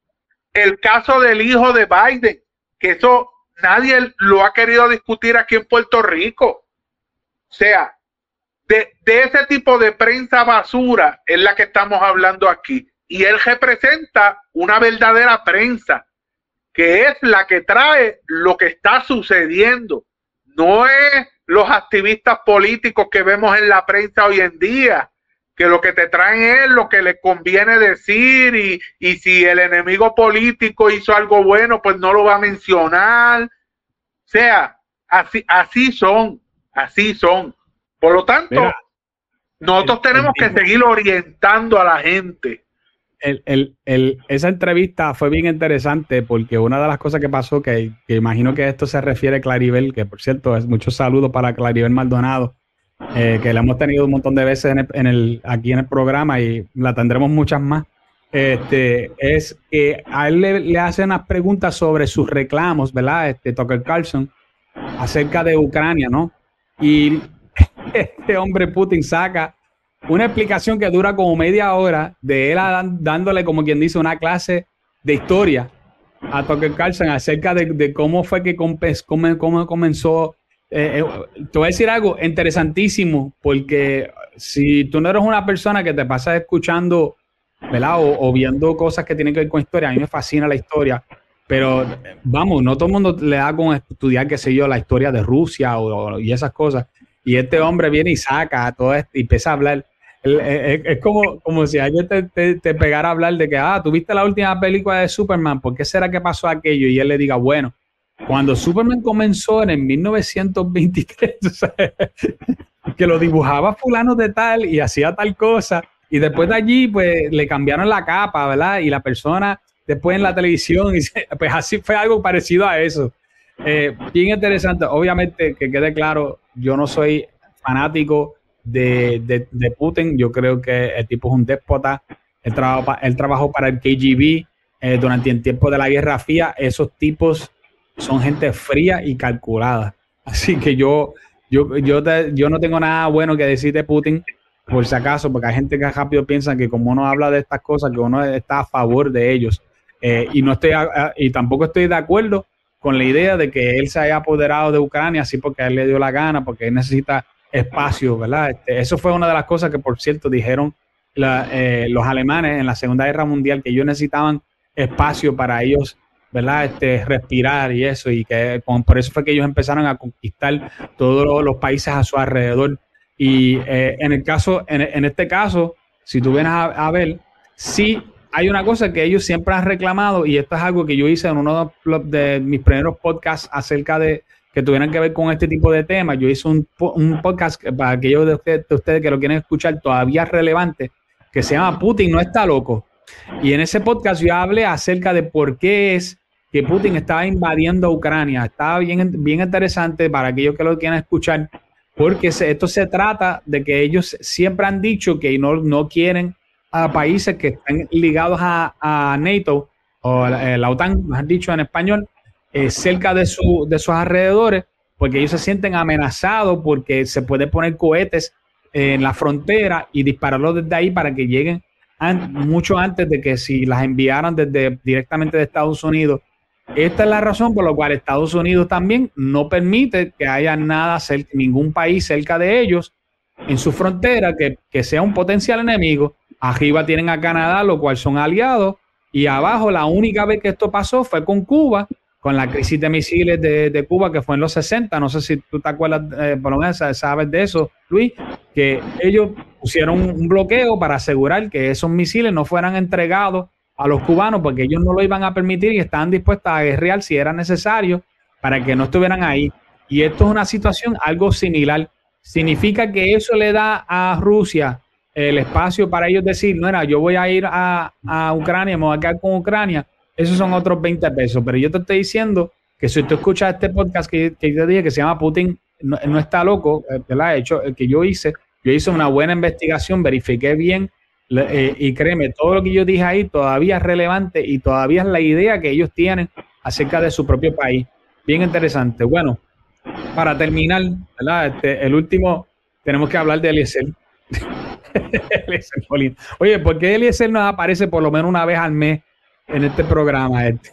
El caso del hijo de Biden, que eso nadie lo ha querido discutir aquí en Puerto Rico. O sea, de, de ese tipo de prensa basura es la que estamos hablando aquí. Y él representa una verdadera prensa, que es la que trae lo que está sucediendo. No es los activistas políticos que vemos en la prensa hoy en día, que lo que te traen es lo que les conviene decir, y, y si el enemigo político hizo algo bueno, pues no lo va a mencionar. O sea, así, así son, así son. Por lo tanto, Mira, nosotros el, tenemos el, que seguir orientando a la gente. El, el, el, esa entrevista fue bien interesante porque una de las cosas que pasó, que, que imagino que esto se refiere a Claribel, que por cierto es muchos saludos para Claribel Maldonado, eh, que la hemos tenido un montón de veces en el, en el, aquí en el programa y la tendremos muchas más. Este, es que a él le, le hacen unas preguntas sobre sus reclamos, ¿verdad? Este, Tucker Carlson, acerca de Ucrania, ¿no? Y este hombre Putin saca una explicación que dura como media hora de él dándole, como quien dice, una clase de historia a Tucker Carlson acerca de, de cómo fue que cómo, cómo comenzó. Eh, eh, te voy a decir algo interesantísimo, porque si tú no eres una persona que te pasas escuchando, ¿verdad? O, o viendo cosas que tienen que ver con historia, a mí me fascina la historia, pero vamos, no todo el mundo le da con estudiar, qué sé yo, la historia de Rusia o, y esas cosas. Y este hombre viene y saca todo esto y empieza a hablar. Es, es como, como si alguien te, te, te pegara a hablar de que, ah, ¿tuviste la última película de Superman? ¿Por qué será que pasó aquello? Y él le diga, bueno, cuando Superman comenzó en el mil novecientos veintitrés, ¿sabes? Que lo dibujaba fulano de tal y hacía tal cosa. Y después de allí, pues, le cambiaron la capa, ¿verdad? Y la persona después en la televisión, y pues así fue algo parecido a eso. Eh, bien interesante. Obviamente, que quede claro, yo no soy fanático de, de, de Putin. Yo creo que el tipo es un déspota. Él, traba, él trabajó para el K G B eh, durante el tiempo de la Guerra Fría. Esos tipos son gente fría y calculada. Así que yo, yo, yo, te, yo no tengo nada bueno que decir de Putin, por si acaso, porque hay gente que rápido piensa que como uno habla de estas cosas, que uno está a favor de ellos. Eh, y, no estoy a, a, y tampoco estoy de acuerdo con la idea de que él se haya apoderado de Ucrania así porque a él le dio la gana, porque él necesita espacio, ¿verdad? Este, eso fue una de las cosas que, por cierto, dijeron la, eh, los alemanes en la Segunda Guerra Mundial, que ellos necesitaban espacio para ellos, ¿verdad? Este, respirar y eso, y que por eso fue que ellos empezaron a conquistar todos los, los países a su alrededor. Y eh, en el caso, en, en este caso, si tú vienes a, a ver, sí hay una cosa que ellos siempre han reclamado, y esto es algo que yo hice en uno de mis primeros podcasts acerca de que tuvieran que ver con este tipo de temas. Yo hice un, un podcast para aquellos de ustedes, de ustedes que lo quieren escuchar todavía relevante, que se llama Putin no está loco. Y en ese podcast yo hablé acerca de por qué es que Putin estaba invadiendo Ucrania. Estaba bien, bien interesante para aquellos que lo quieran escuchar, porque se, esto se trata de que ellos siempre han dicho que no, no quieren a países que están ligados a, a NATO o la, la OTAN, más dicho en español, eh, cerca de, su, de sus alrededores, porque ellos se sienten amenazados porque se puede poner cohetes en la frontera y dispararlos desde ahí para que lleguen an, mucho antes de que si las enviaran desde directamente de Estados Unidos. Esta es la razón por la cual Estados Unidos también no permite que haya nada cerca, ningún país cerca de ellos en su frontera que, que sea un potencial enemigo. Arriba tienen a Canadá, lo cual son aliados, y abajo la única vez que esto pasó fue con Cuba, con la crisis de misiles de, de Cuba, que fue en los sesenta. No sé si tú te acuerdas, eh, por lo menos sabes de eso, Luis, que ellos pusieron un bloqueo para asegurar que esos misiles no fueran entregados a los cubanos, porque ellos no lo iban a permitir y estaban dispuestos a guerrear si era necesario para que no estuvieran ahí. Y esto es una situación algo similar. Significa que eso le da a Rusia el espacio para ellos decir, no era, yo voy a ir a, a Ucrania, me voy a quedar con Ucrania. Esos son otros veinte pesos. Pero yo te estoy diciendo que si tú escuchas este podcast que, que yo te dije que se llama Putin no, no está loco, ¿verdad? Hecho, el que yo hice, yo hice una buena investigación, verifiqué bien, eh, y créeme, todo lo que yo dije ahí todavía es relevante y todavía es la idea que ellos tienen acerca de su propio país. Bien interesante. Bueno, para terminar, ¿verdad? Este, el último, tenemos que hablar de Eliezer. Eliezer Molina. Oye, ¿por qué Eliezer nos aparece por lo menos una vez al mes en este programa? Este?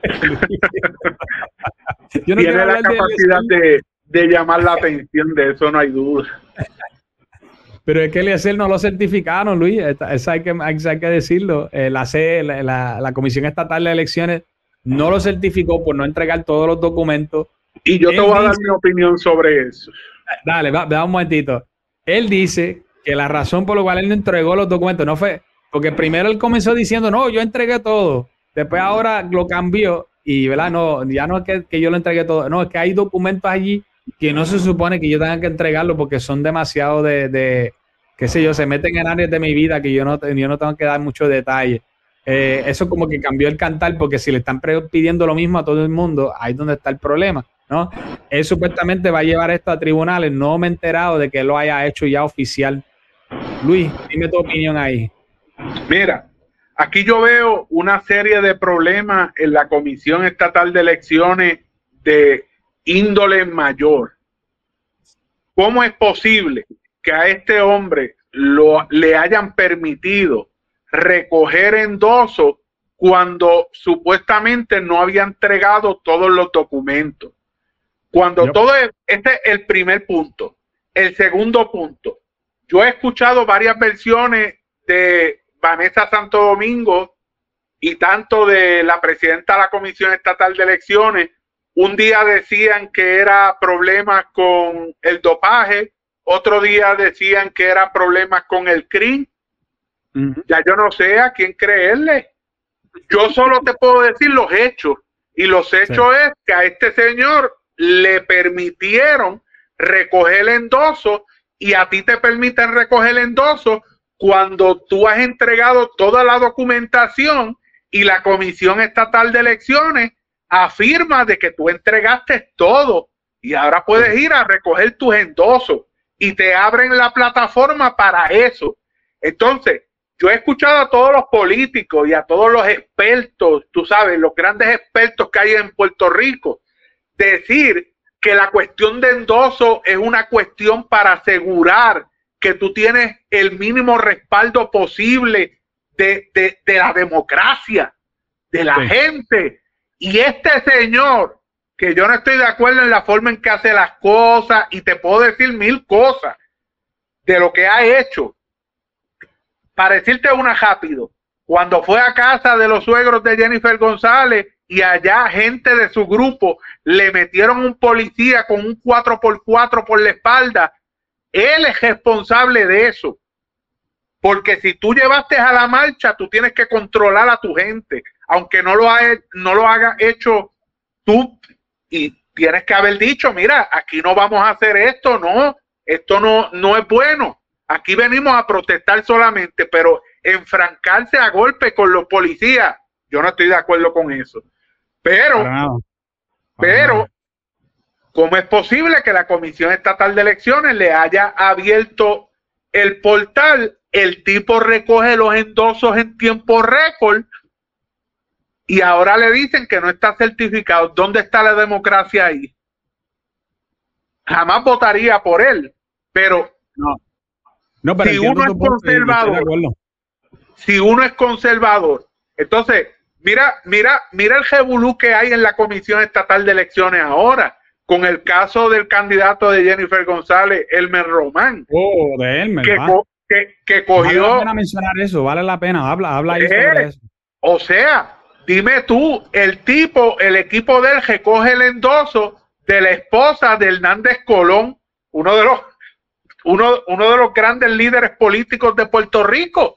Yo no Tiene la capacidad de, de, de llamar la atención, de eso no hay duda. Pero es que Eliezer no lo certificaron, Luis. Eso hay que, hay que decirlo. Eh, la, C, la, la, la Comisión Estatal de Elecciones no lo certificó por no entregar todos los documentos. Y yo Él te voy a dar dice, mi opinión sobre eso. Dale, va, da un momentito. Él dice que la razón por la cual él no entregó los documentos no fue porque primero él comenzó diciendo, no, yo entregué todo. Después ahora lo cambió y, ¿verdad? No, ya no es que, que yo lo entregué todo. No, es que hay documentos allí que no se supone que yo tenga que entregarlo porque son demasiado de, de qué sé yo, se meten en áreas de mi vida que yo no, yo no tengo que dar muchos detalles. Eh, eso como que cambió el cantar, porque si le están pidiendo lo mismo a todo el mundo, ahí es donde está el problema, ¿no? Él supuestamente va a llevar esto a tribunales. No me he enterado de que lo haya hecho ya oficial. Luis, dime tu opinión ahí. Mira, aquí yo veo una serie de problemas en la Comisión Estatal de Elecciones de índole mayor. ¿Cómo es posible que a este hombre lo, le hayan permitido recoger endosos cuando supuestamente no había entregado todos los documentos? Cuando no. todo es, este es el primer punto. El segundo punto, yo he escuchado varias versiones de Vanessa Santo Domingo y tanto de la presidenta de la Comisión Estatal de Elecciones. Un día decían que era problemas con el dopaje, otro día decían que era problemas con el C R I M. Uh-huh. Ya yo no sé a quién creerle. Yo solo te puedo decir los hechos, y los hechos sí. es que a este señor le permitieron recoger el endoso, y a ti te permiten recoger el endoso cuando tú has entregado toda la documentación y la Comisión Estatal de Elecciones afirma de que tú entregaste todo y ahora puedes ir a recoger tus endosos y te abren la plataforma para eso. Entonces, yo he escuchado a todos los políticos y a todos los expertos, tú sabes, los grandes expertos que hay en Puerto Rico, decir que la cuestión de endoso es una cuestión para asegurar que tú tienes el mínimo respaldo posible de, de, de la democracia, de la sí. gente. Y este señor, que yo no estoy de acuerdo en la forma en que hace las cosas, y te puedo decir mil cosas de lo que ha hecho. Para decirte una rápido, cuando fue a casa de los suegros de Jennifer González y allá gente de su grupo le metieron un policía con un cuatro por cuatro por la espalda, él es responsable de eso. Porque si tú llevaste a la marcha, tú tienes que controlar a tu gente, aunque no lo, ha, no lo hagas hecho tú, y tienes que haber dicho, mira, aquí no vamos a hacer esto, no, esto no, no es bueno. Aquí venimos a protestar solamente, pero enfrancarse a golpe con los policías, yo no estoy de acuerdo con eso. Pero, Para nada. Para pero, nada. ¿Cómo es posible que la Comisión Estatal de Elecciones le haya abierto el portal? El tipo recoge los endosos en tiempo récord y ahora le dicen que no está certificado. ¿Dónde está la democracia ahí? Jamás votaría por él, pero no. No, pero si uno es conservador, si uno es conservador, entonces mira, mira, mira el revolú que hay en la Comisión Estatal de Elecciones ahora, con el caso del candidato de Jennifer González, Elmer Román. Oh, de Elmer, que, co que, que cogió. Vale la pena mencionar eso, vale la pena, habla, habla ahí eh, sobre eso. O sea, dime tú, el tipo, el equipo de él recoge el endoso de la esposa de Hernández Colón, uno de los Uno, uno de los grandes líderes políticos de Puerto Rico,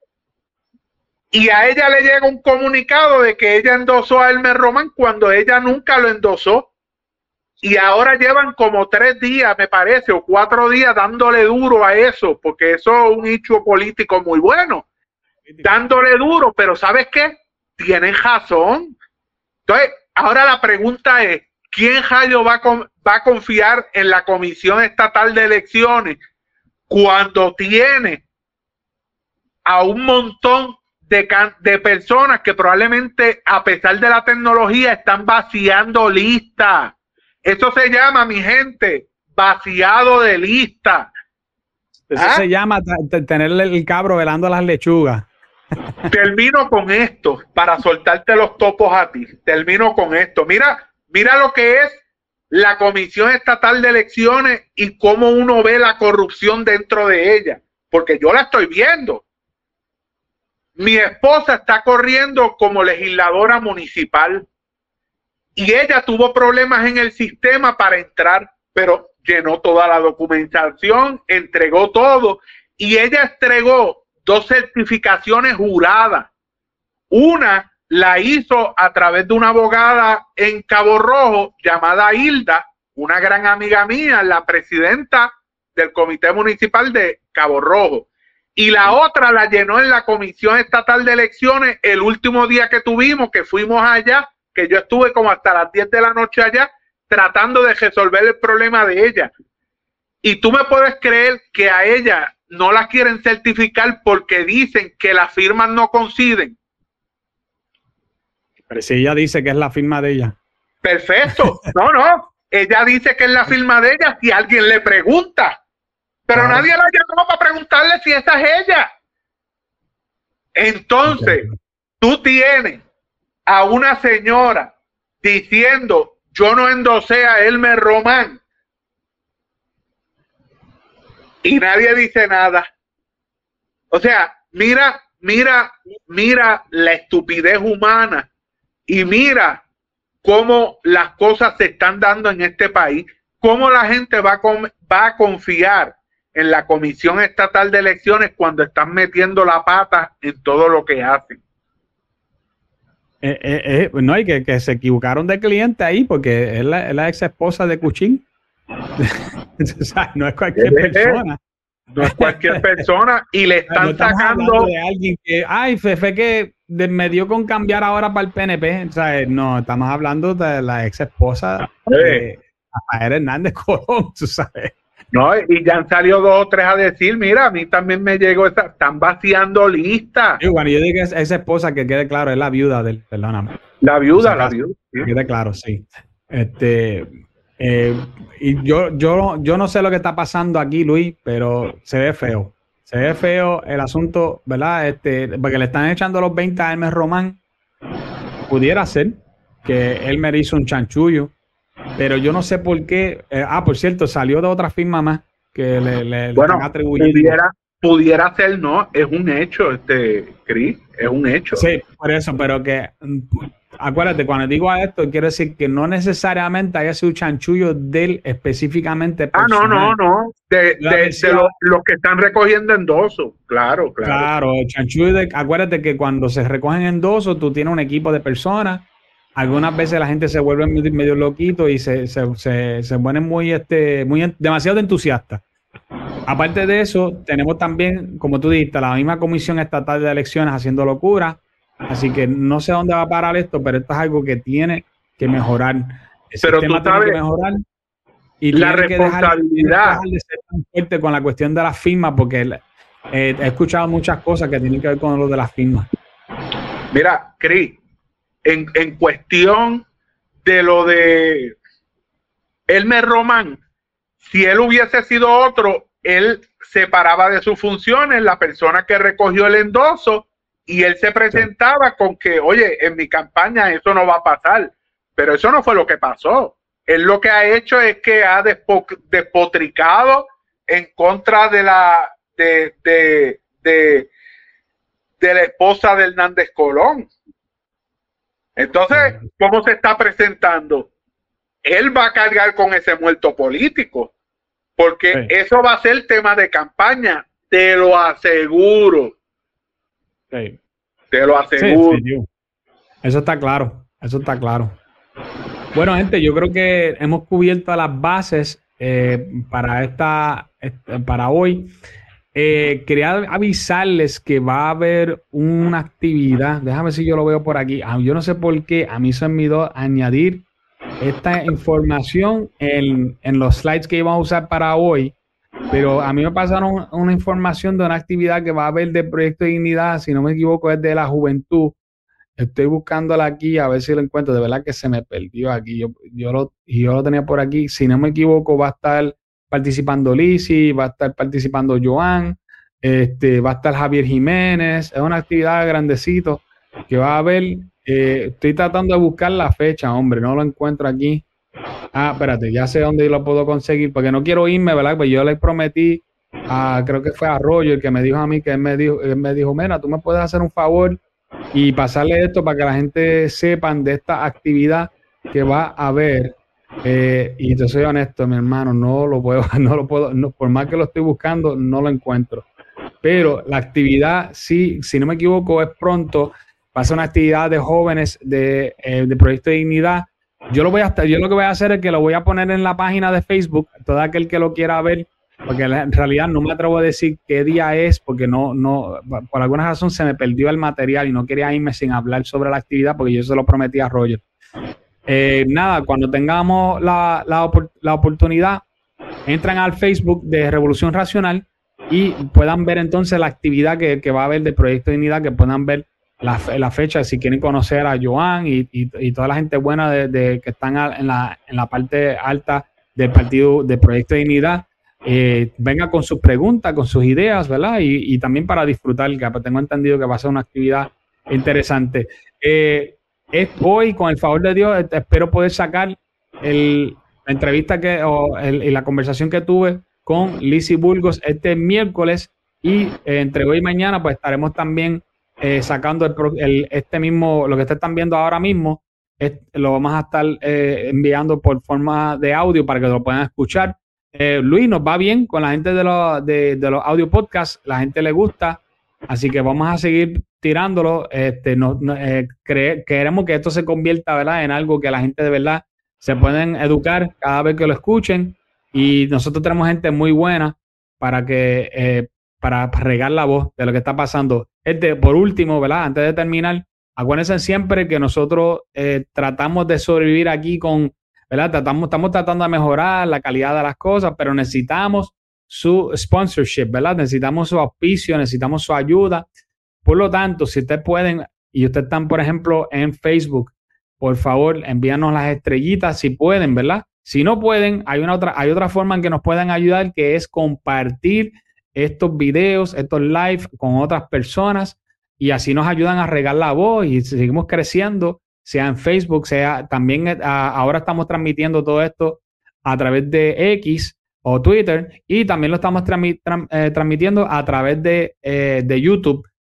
y a ella le llega un comunicado de que ella endosó a Elmer Román cuando ella nunca lo endosó, y ahora llevan como tres días, me parece, o cuatro días dándole duro a eso, porque eso es un hecho político muy bueno, dándole duro, pero ¿sabes qué? Tienen razón. Entonces, ahora la pregunta es, ¿quién rayo va a, con, va a confiar en la Comisión Estatal de Elecciones cuando tiene a un montón de, de personas que probablemente, a pesar de la tecnología, están vaciando listas? Eso se llama, mi gente, vaciado de lista. Eso ¿Ah? se llama tenerle el cabro velando las lechugas. Termino con esto para soltarte los topos a ti. Termino con esto. Mira, mira lo que es la Comisión Estatal de Elecciones y cómo uno ve la corrupción dentro de ella. Porque yo la estoy viendo. Mi esposa está corriendo como legisladora municipal y ella tuvo problemas en el sistema para entrar, pero llenó toda la documentación, entregó todo y ella entregó dos certificaciones juradas. Una la hizo a través de una abogada en Cabo Rojo llamada Hilda, una gran amiga mía, la presidenta del Comité Municipal de Cabo Rojo. Y la otra la llenó en la Comisión Estatal de Elecciones el último día que tuvimos, que fuimos allá, que yo estuve como hasta las diez de la noche allá, tratando de resolver el problema de ella. Y tú me puedes creer que a ella no la quieren certificar porque dicen que las firmas no coinciden. Pero si ella dice que es la firma de ella. Perfecto. No, no. Ella dice que es la firma de ella si alguien le pregunta. Pero claro, nadie la llamó para preguntarle si esa es ella. Entonces, okay, tú tienes a una señora diciendo, yo no endosé a Elmer Román. Y nadie dice nada. O sea, mira, mira, mira la estupidez humana y mira cómo las cosas se están dando en este país, cómo la gente va a, va a confiar en la Comisión Estatal de Elecciones cuando están metiendo la pata en todo lo que hacen. Eh, eh, eh, no, y que, que se equivocaron de cliente ahí porque es la, es la ex esposa de Cuchín. O sea, no es cualquier eh, persona. No es cualquier persona y le están no sacando de alguien que, ay, fue, fue que de, me dio con cambiar ahora para el P N P. O sea, no, estamos hablando de la ex esposa de Rafael Hernández Colón, tú sabes. No, y ya han salido dos o tres a decir, mira, a mí también me llegó esta, están vaciando listas. Sí, bueno, yo digo que esa, esa esposa, que quede claro, es la viuda de él, perdóname. La viuda, la viuda. Sí. Que quede claro, sí. Este, eh, y yo, yo, yo no sé lo que está pasando aquí, Luis, pero se ve feo. Se ve feo el asunto, ¿verdad? Este, porque le están echando los veinte a Elmer Román. Pudiera ser que Elmer hizo un chanchullo. Pero yo no sé por qué. Eh, ah, por cierto, salió de otra firma más que le, le, bueno, le están atribuyendo. Pudiera, pudiera ser, no, es un hecho, este, Cris, es un hecho. Sí, por eso, pero que acuérdate, cuando digo a esto, quiero decir que no necesariamente haya sido chanchullo del específicamente personal. Ah, no, no, no. De, de, decía, de los, los que están recogiendo endosos. Claro, claro. Claro, chanchullo, de, acuérdate que cuando se recogen endosos, tú tienes un equipo de personas. Algunas veces la gente se vuelve medio, medio loquito y se, se, se, se ponen muy, este, muy, demasiado entusiastas. Aparte de eso, tenemos también, como tú dijiste, la misma Comisión Estatal de Elecciones haciendo locura. Así que no sé dónde va a parar esto, pero esto es algo que tiene que mejorar. El pero sistema tú sabes, tiene que mejorar. Y la tiene responsabilidad. Que dejar, tiene que dejar de ser tan fuerte con la cuestión de las firmas, porque eh, he escuchado muchas cosas que tienen que ver con lo de las firmas. Mira, Cris, en, en cuestión de lo de Elmer Román, si él hubiese sido otro, él se paraba de sus funciones, la persona que recogió el endoso, y él se presentaba sí. con que, oye, en mi campaña eso no va a pasar. Pero eso no fue lo que pasó. Él lo que ha hecho es que ha despo despotricado en contra de la de, de, de, de la esposa de Hernández Colón. Entonces, ¿cómo se está presentando? Él va a cargar con ese muerto político, porque sí. eso va a ser tema de campaña, te lo aseguro. Sí. Te lo aseguro. Sí, sí, eso está claro, eso está claro. Bueno, gente, yo creo que hemos cubierto las bases eh, para esta, para hoy. Eh, quería avisarles que va a haber una actividad. Déjame ver si yo lo veo por aquí. Ah, yo no sé por qué. A mí se me olvidó añadir esta información en, en los slides que íbamos a usar para hoy. Pero a mí me pasaron una información de una actividad que va a haber del Proyecto de Dignidad. Si no me equivoco, es de la juventud. Estoy buscándola aquí a ver si lo encuentro. De verdad que se me perdió aquí. Yo, yo, lo, yo lo tenía por aquí. Si no me equivoco, va a estar participando Lizzy, va a estar participando Joan, este, va a estar Javier Jiménez. Es una actividad grandecito que va a haber. Eh, estoy tratando de buscar la fecha, hombre. No lo encuentro aquí. Ah, espérate, ya sé dónde lo puedo conseguir. Porque no quiero irme, ¿verdad? Pues yo le prometí, a, creo que fue a Roger, que me dijo a mí, que él me dijo, él me dijo, mira, tú me puedes hacer un favor y pasarle esto para que la gente sepan de esta actividad que va a haber. Eh, y te soy honesto, mi hermano, no lo puedo, no lo puedo, no, por más que lo estoy buscando, no lo encuentro. Pero la actividad, sí, si no me equivoco, es pronto. Va a ser una actividad de jóvenes de, eh, de Proyecto de Dignidad. Yo lo voy a estar, yo lo que voy a hacer es que lo voy a poner en la página de Facebook, todo aquel que lo quiera ver, porque en realidad no me atrevo a decir qué día es, porque no, no, por alguna razón se me perdió el material y no quería irme sin hablar sobre la actividad, porque yo se lo prometí a Roger. Eh, nada, cuando tengamos la, la, la oportunidad, entran al Facebook de Revolución Racional y puedan ver entonces la actividad que, que va a haber del Proyecto de Dignidad, que puedan ver la, la fecha, si quieren conocer a Joan y, y, y toda la gente buena de, de, que están en la, en la parte alta del partido de Proyecto de Dignidad. Eh, venga con sus preguntas, con sus ideas, ¿verdad? Y, y también para disfrutar, que tengo entendido que va a ser una actividad interesante. Eh, es hoy, con el favor de Dios, espero poder sacar el, la entrevista que, o el, la conversación que tuve con Lizzy Burgos este miércoles, y eh, entre hoy y mañana pues estaremos también eh, sacando el, el, este mismo, lo que ustedes están viendo ahora mismo, es, lo vamos a estar eh, enviando por forma de audio para que lo puedan escuchar. Eh, Luis, nos va bien con la gente de los, de, de los audio podcasts, la gente le gusta, así que vamos a seguir tirándolo. Este, no, no, eh, cre queremos que esto se convierta, ¿verdad?, en algo que la gente de verdad se pueden educar cada vez que lo escuchen, y nosotros tenemos gente muy buena para que eh, para regar la voz de lo que está pasando. Este, por último, ¿verdad?, antes de terminar, acuérdense siempre que nosotros eh, tratamos de sobrevivir aquí con, ¿verdad? Tratamos, estamos tratando de mejorar la calidad de las cosas, pero necesitamos su sponsorship, ¿verdad? Necesitamos su auspicio, necesitamos su ayuda. Por lo tanto, si ustedes pueden, y ustedes están, por ejemplo, en Facebook, por favor, envíanos las estrellitas si pueden, ¿verdad? Si no pueden, hay, una otra, hay otra forma en que nos puedan ayudar, que es compartir estos videos, estos live con otras personas, y así nos ayudan a regar la voz y seguimos creciendo, sea en Facebook, sea también uh, ahora estamos transmitiendo todo esto a través de X o Twitter, y también lo estamos transmi tram eh, transmitiendo a través de, eh, de YouTube.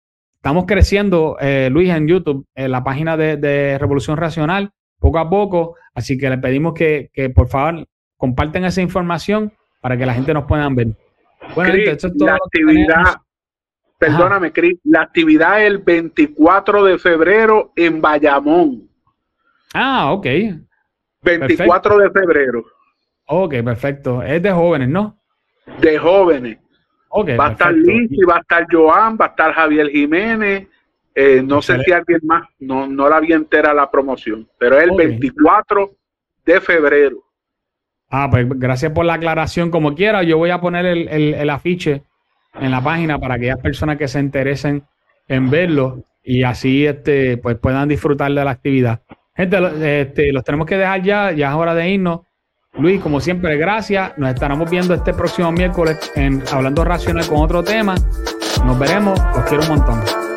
estamos creciendo, eh, Luis, en YouTube, en la página de, de Revolución Racional, poco a poco. Así que le pedimos que, que por favor compartan esa información para que la gente nos pueda ver. Bueno, Chris, gente, eso es todo la lo que actividad, tenemos. perdóname, Chris, la actividad es el veinticuatro de febrero en Bayamón. Ah, ok. veinticuatro Perfecto. de febrero. Ok, perfecto. Es de jóvenes, ¿no? De jóvenes. Ok, va a estar perfecto. Liz, va a estar Joan, va a estar Javier Jiménez. Eh, no Excelente. sé si alguien más, no, no la vi entera la promoción, pero es el Ok. veinticuatro de febrero. Ah, pues gracias por la aclaración. Como quiera, yo voy a poner el, el, el afiche en la página para aquellas personas que se interesen en verlo y así este, pues puedan disfrutar de la actividad. Gente, lo- este, los tenemos que dejar ya, ya es hora de irnos. Luis, como siempre, gracias. Nos estaremos viendo este próximo miércoles en Hablando Racional con otro tema. Nos veremos. Los quiero un montón.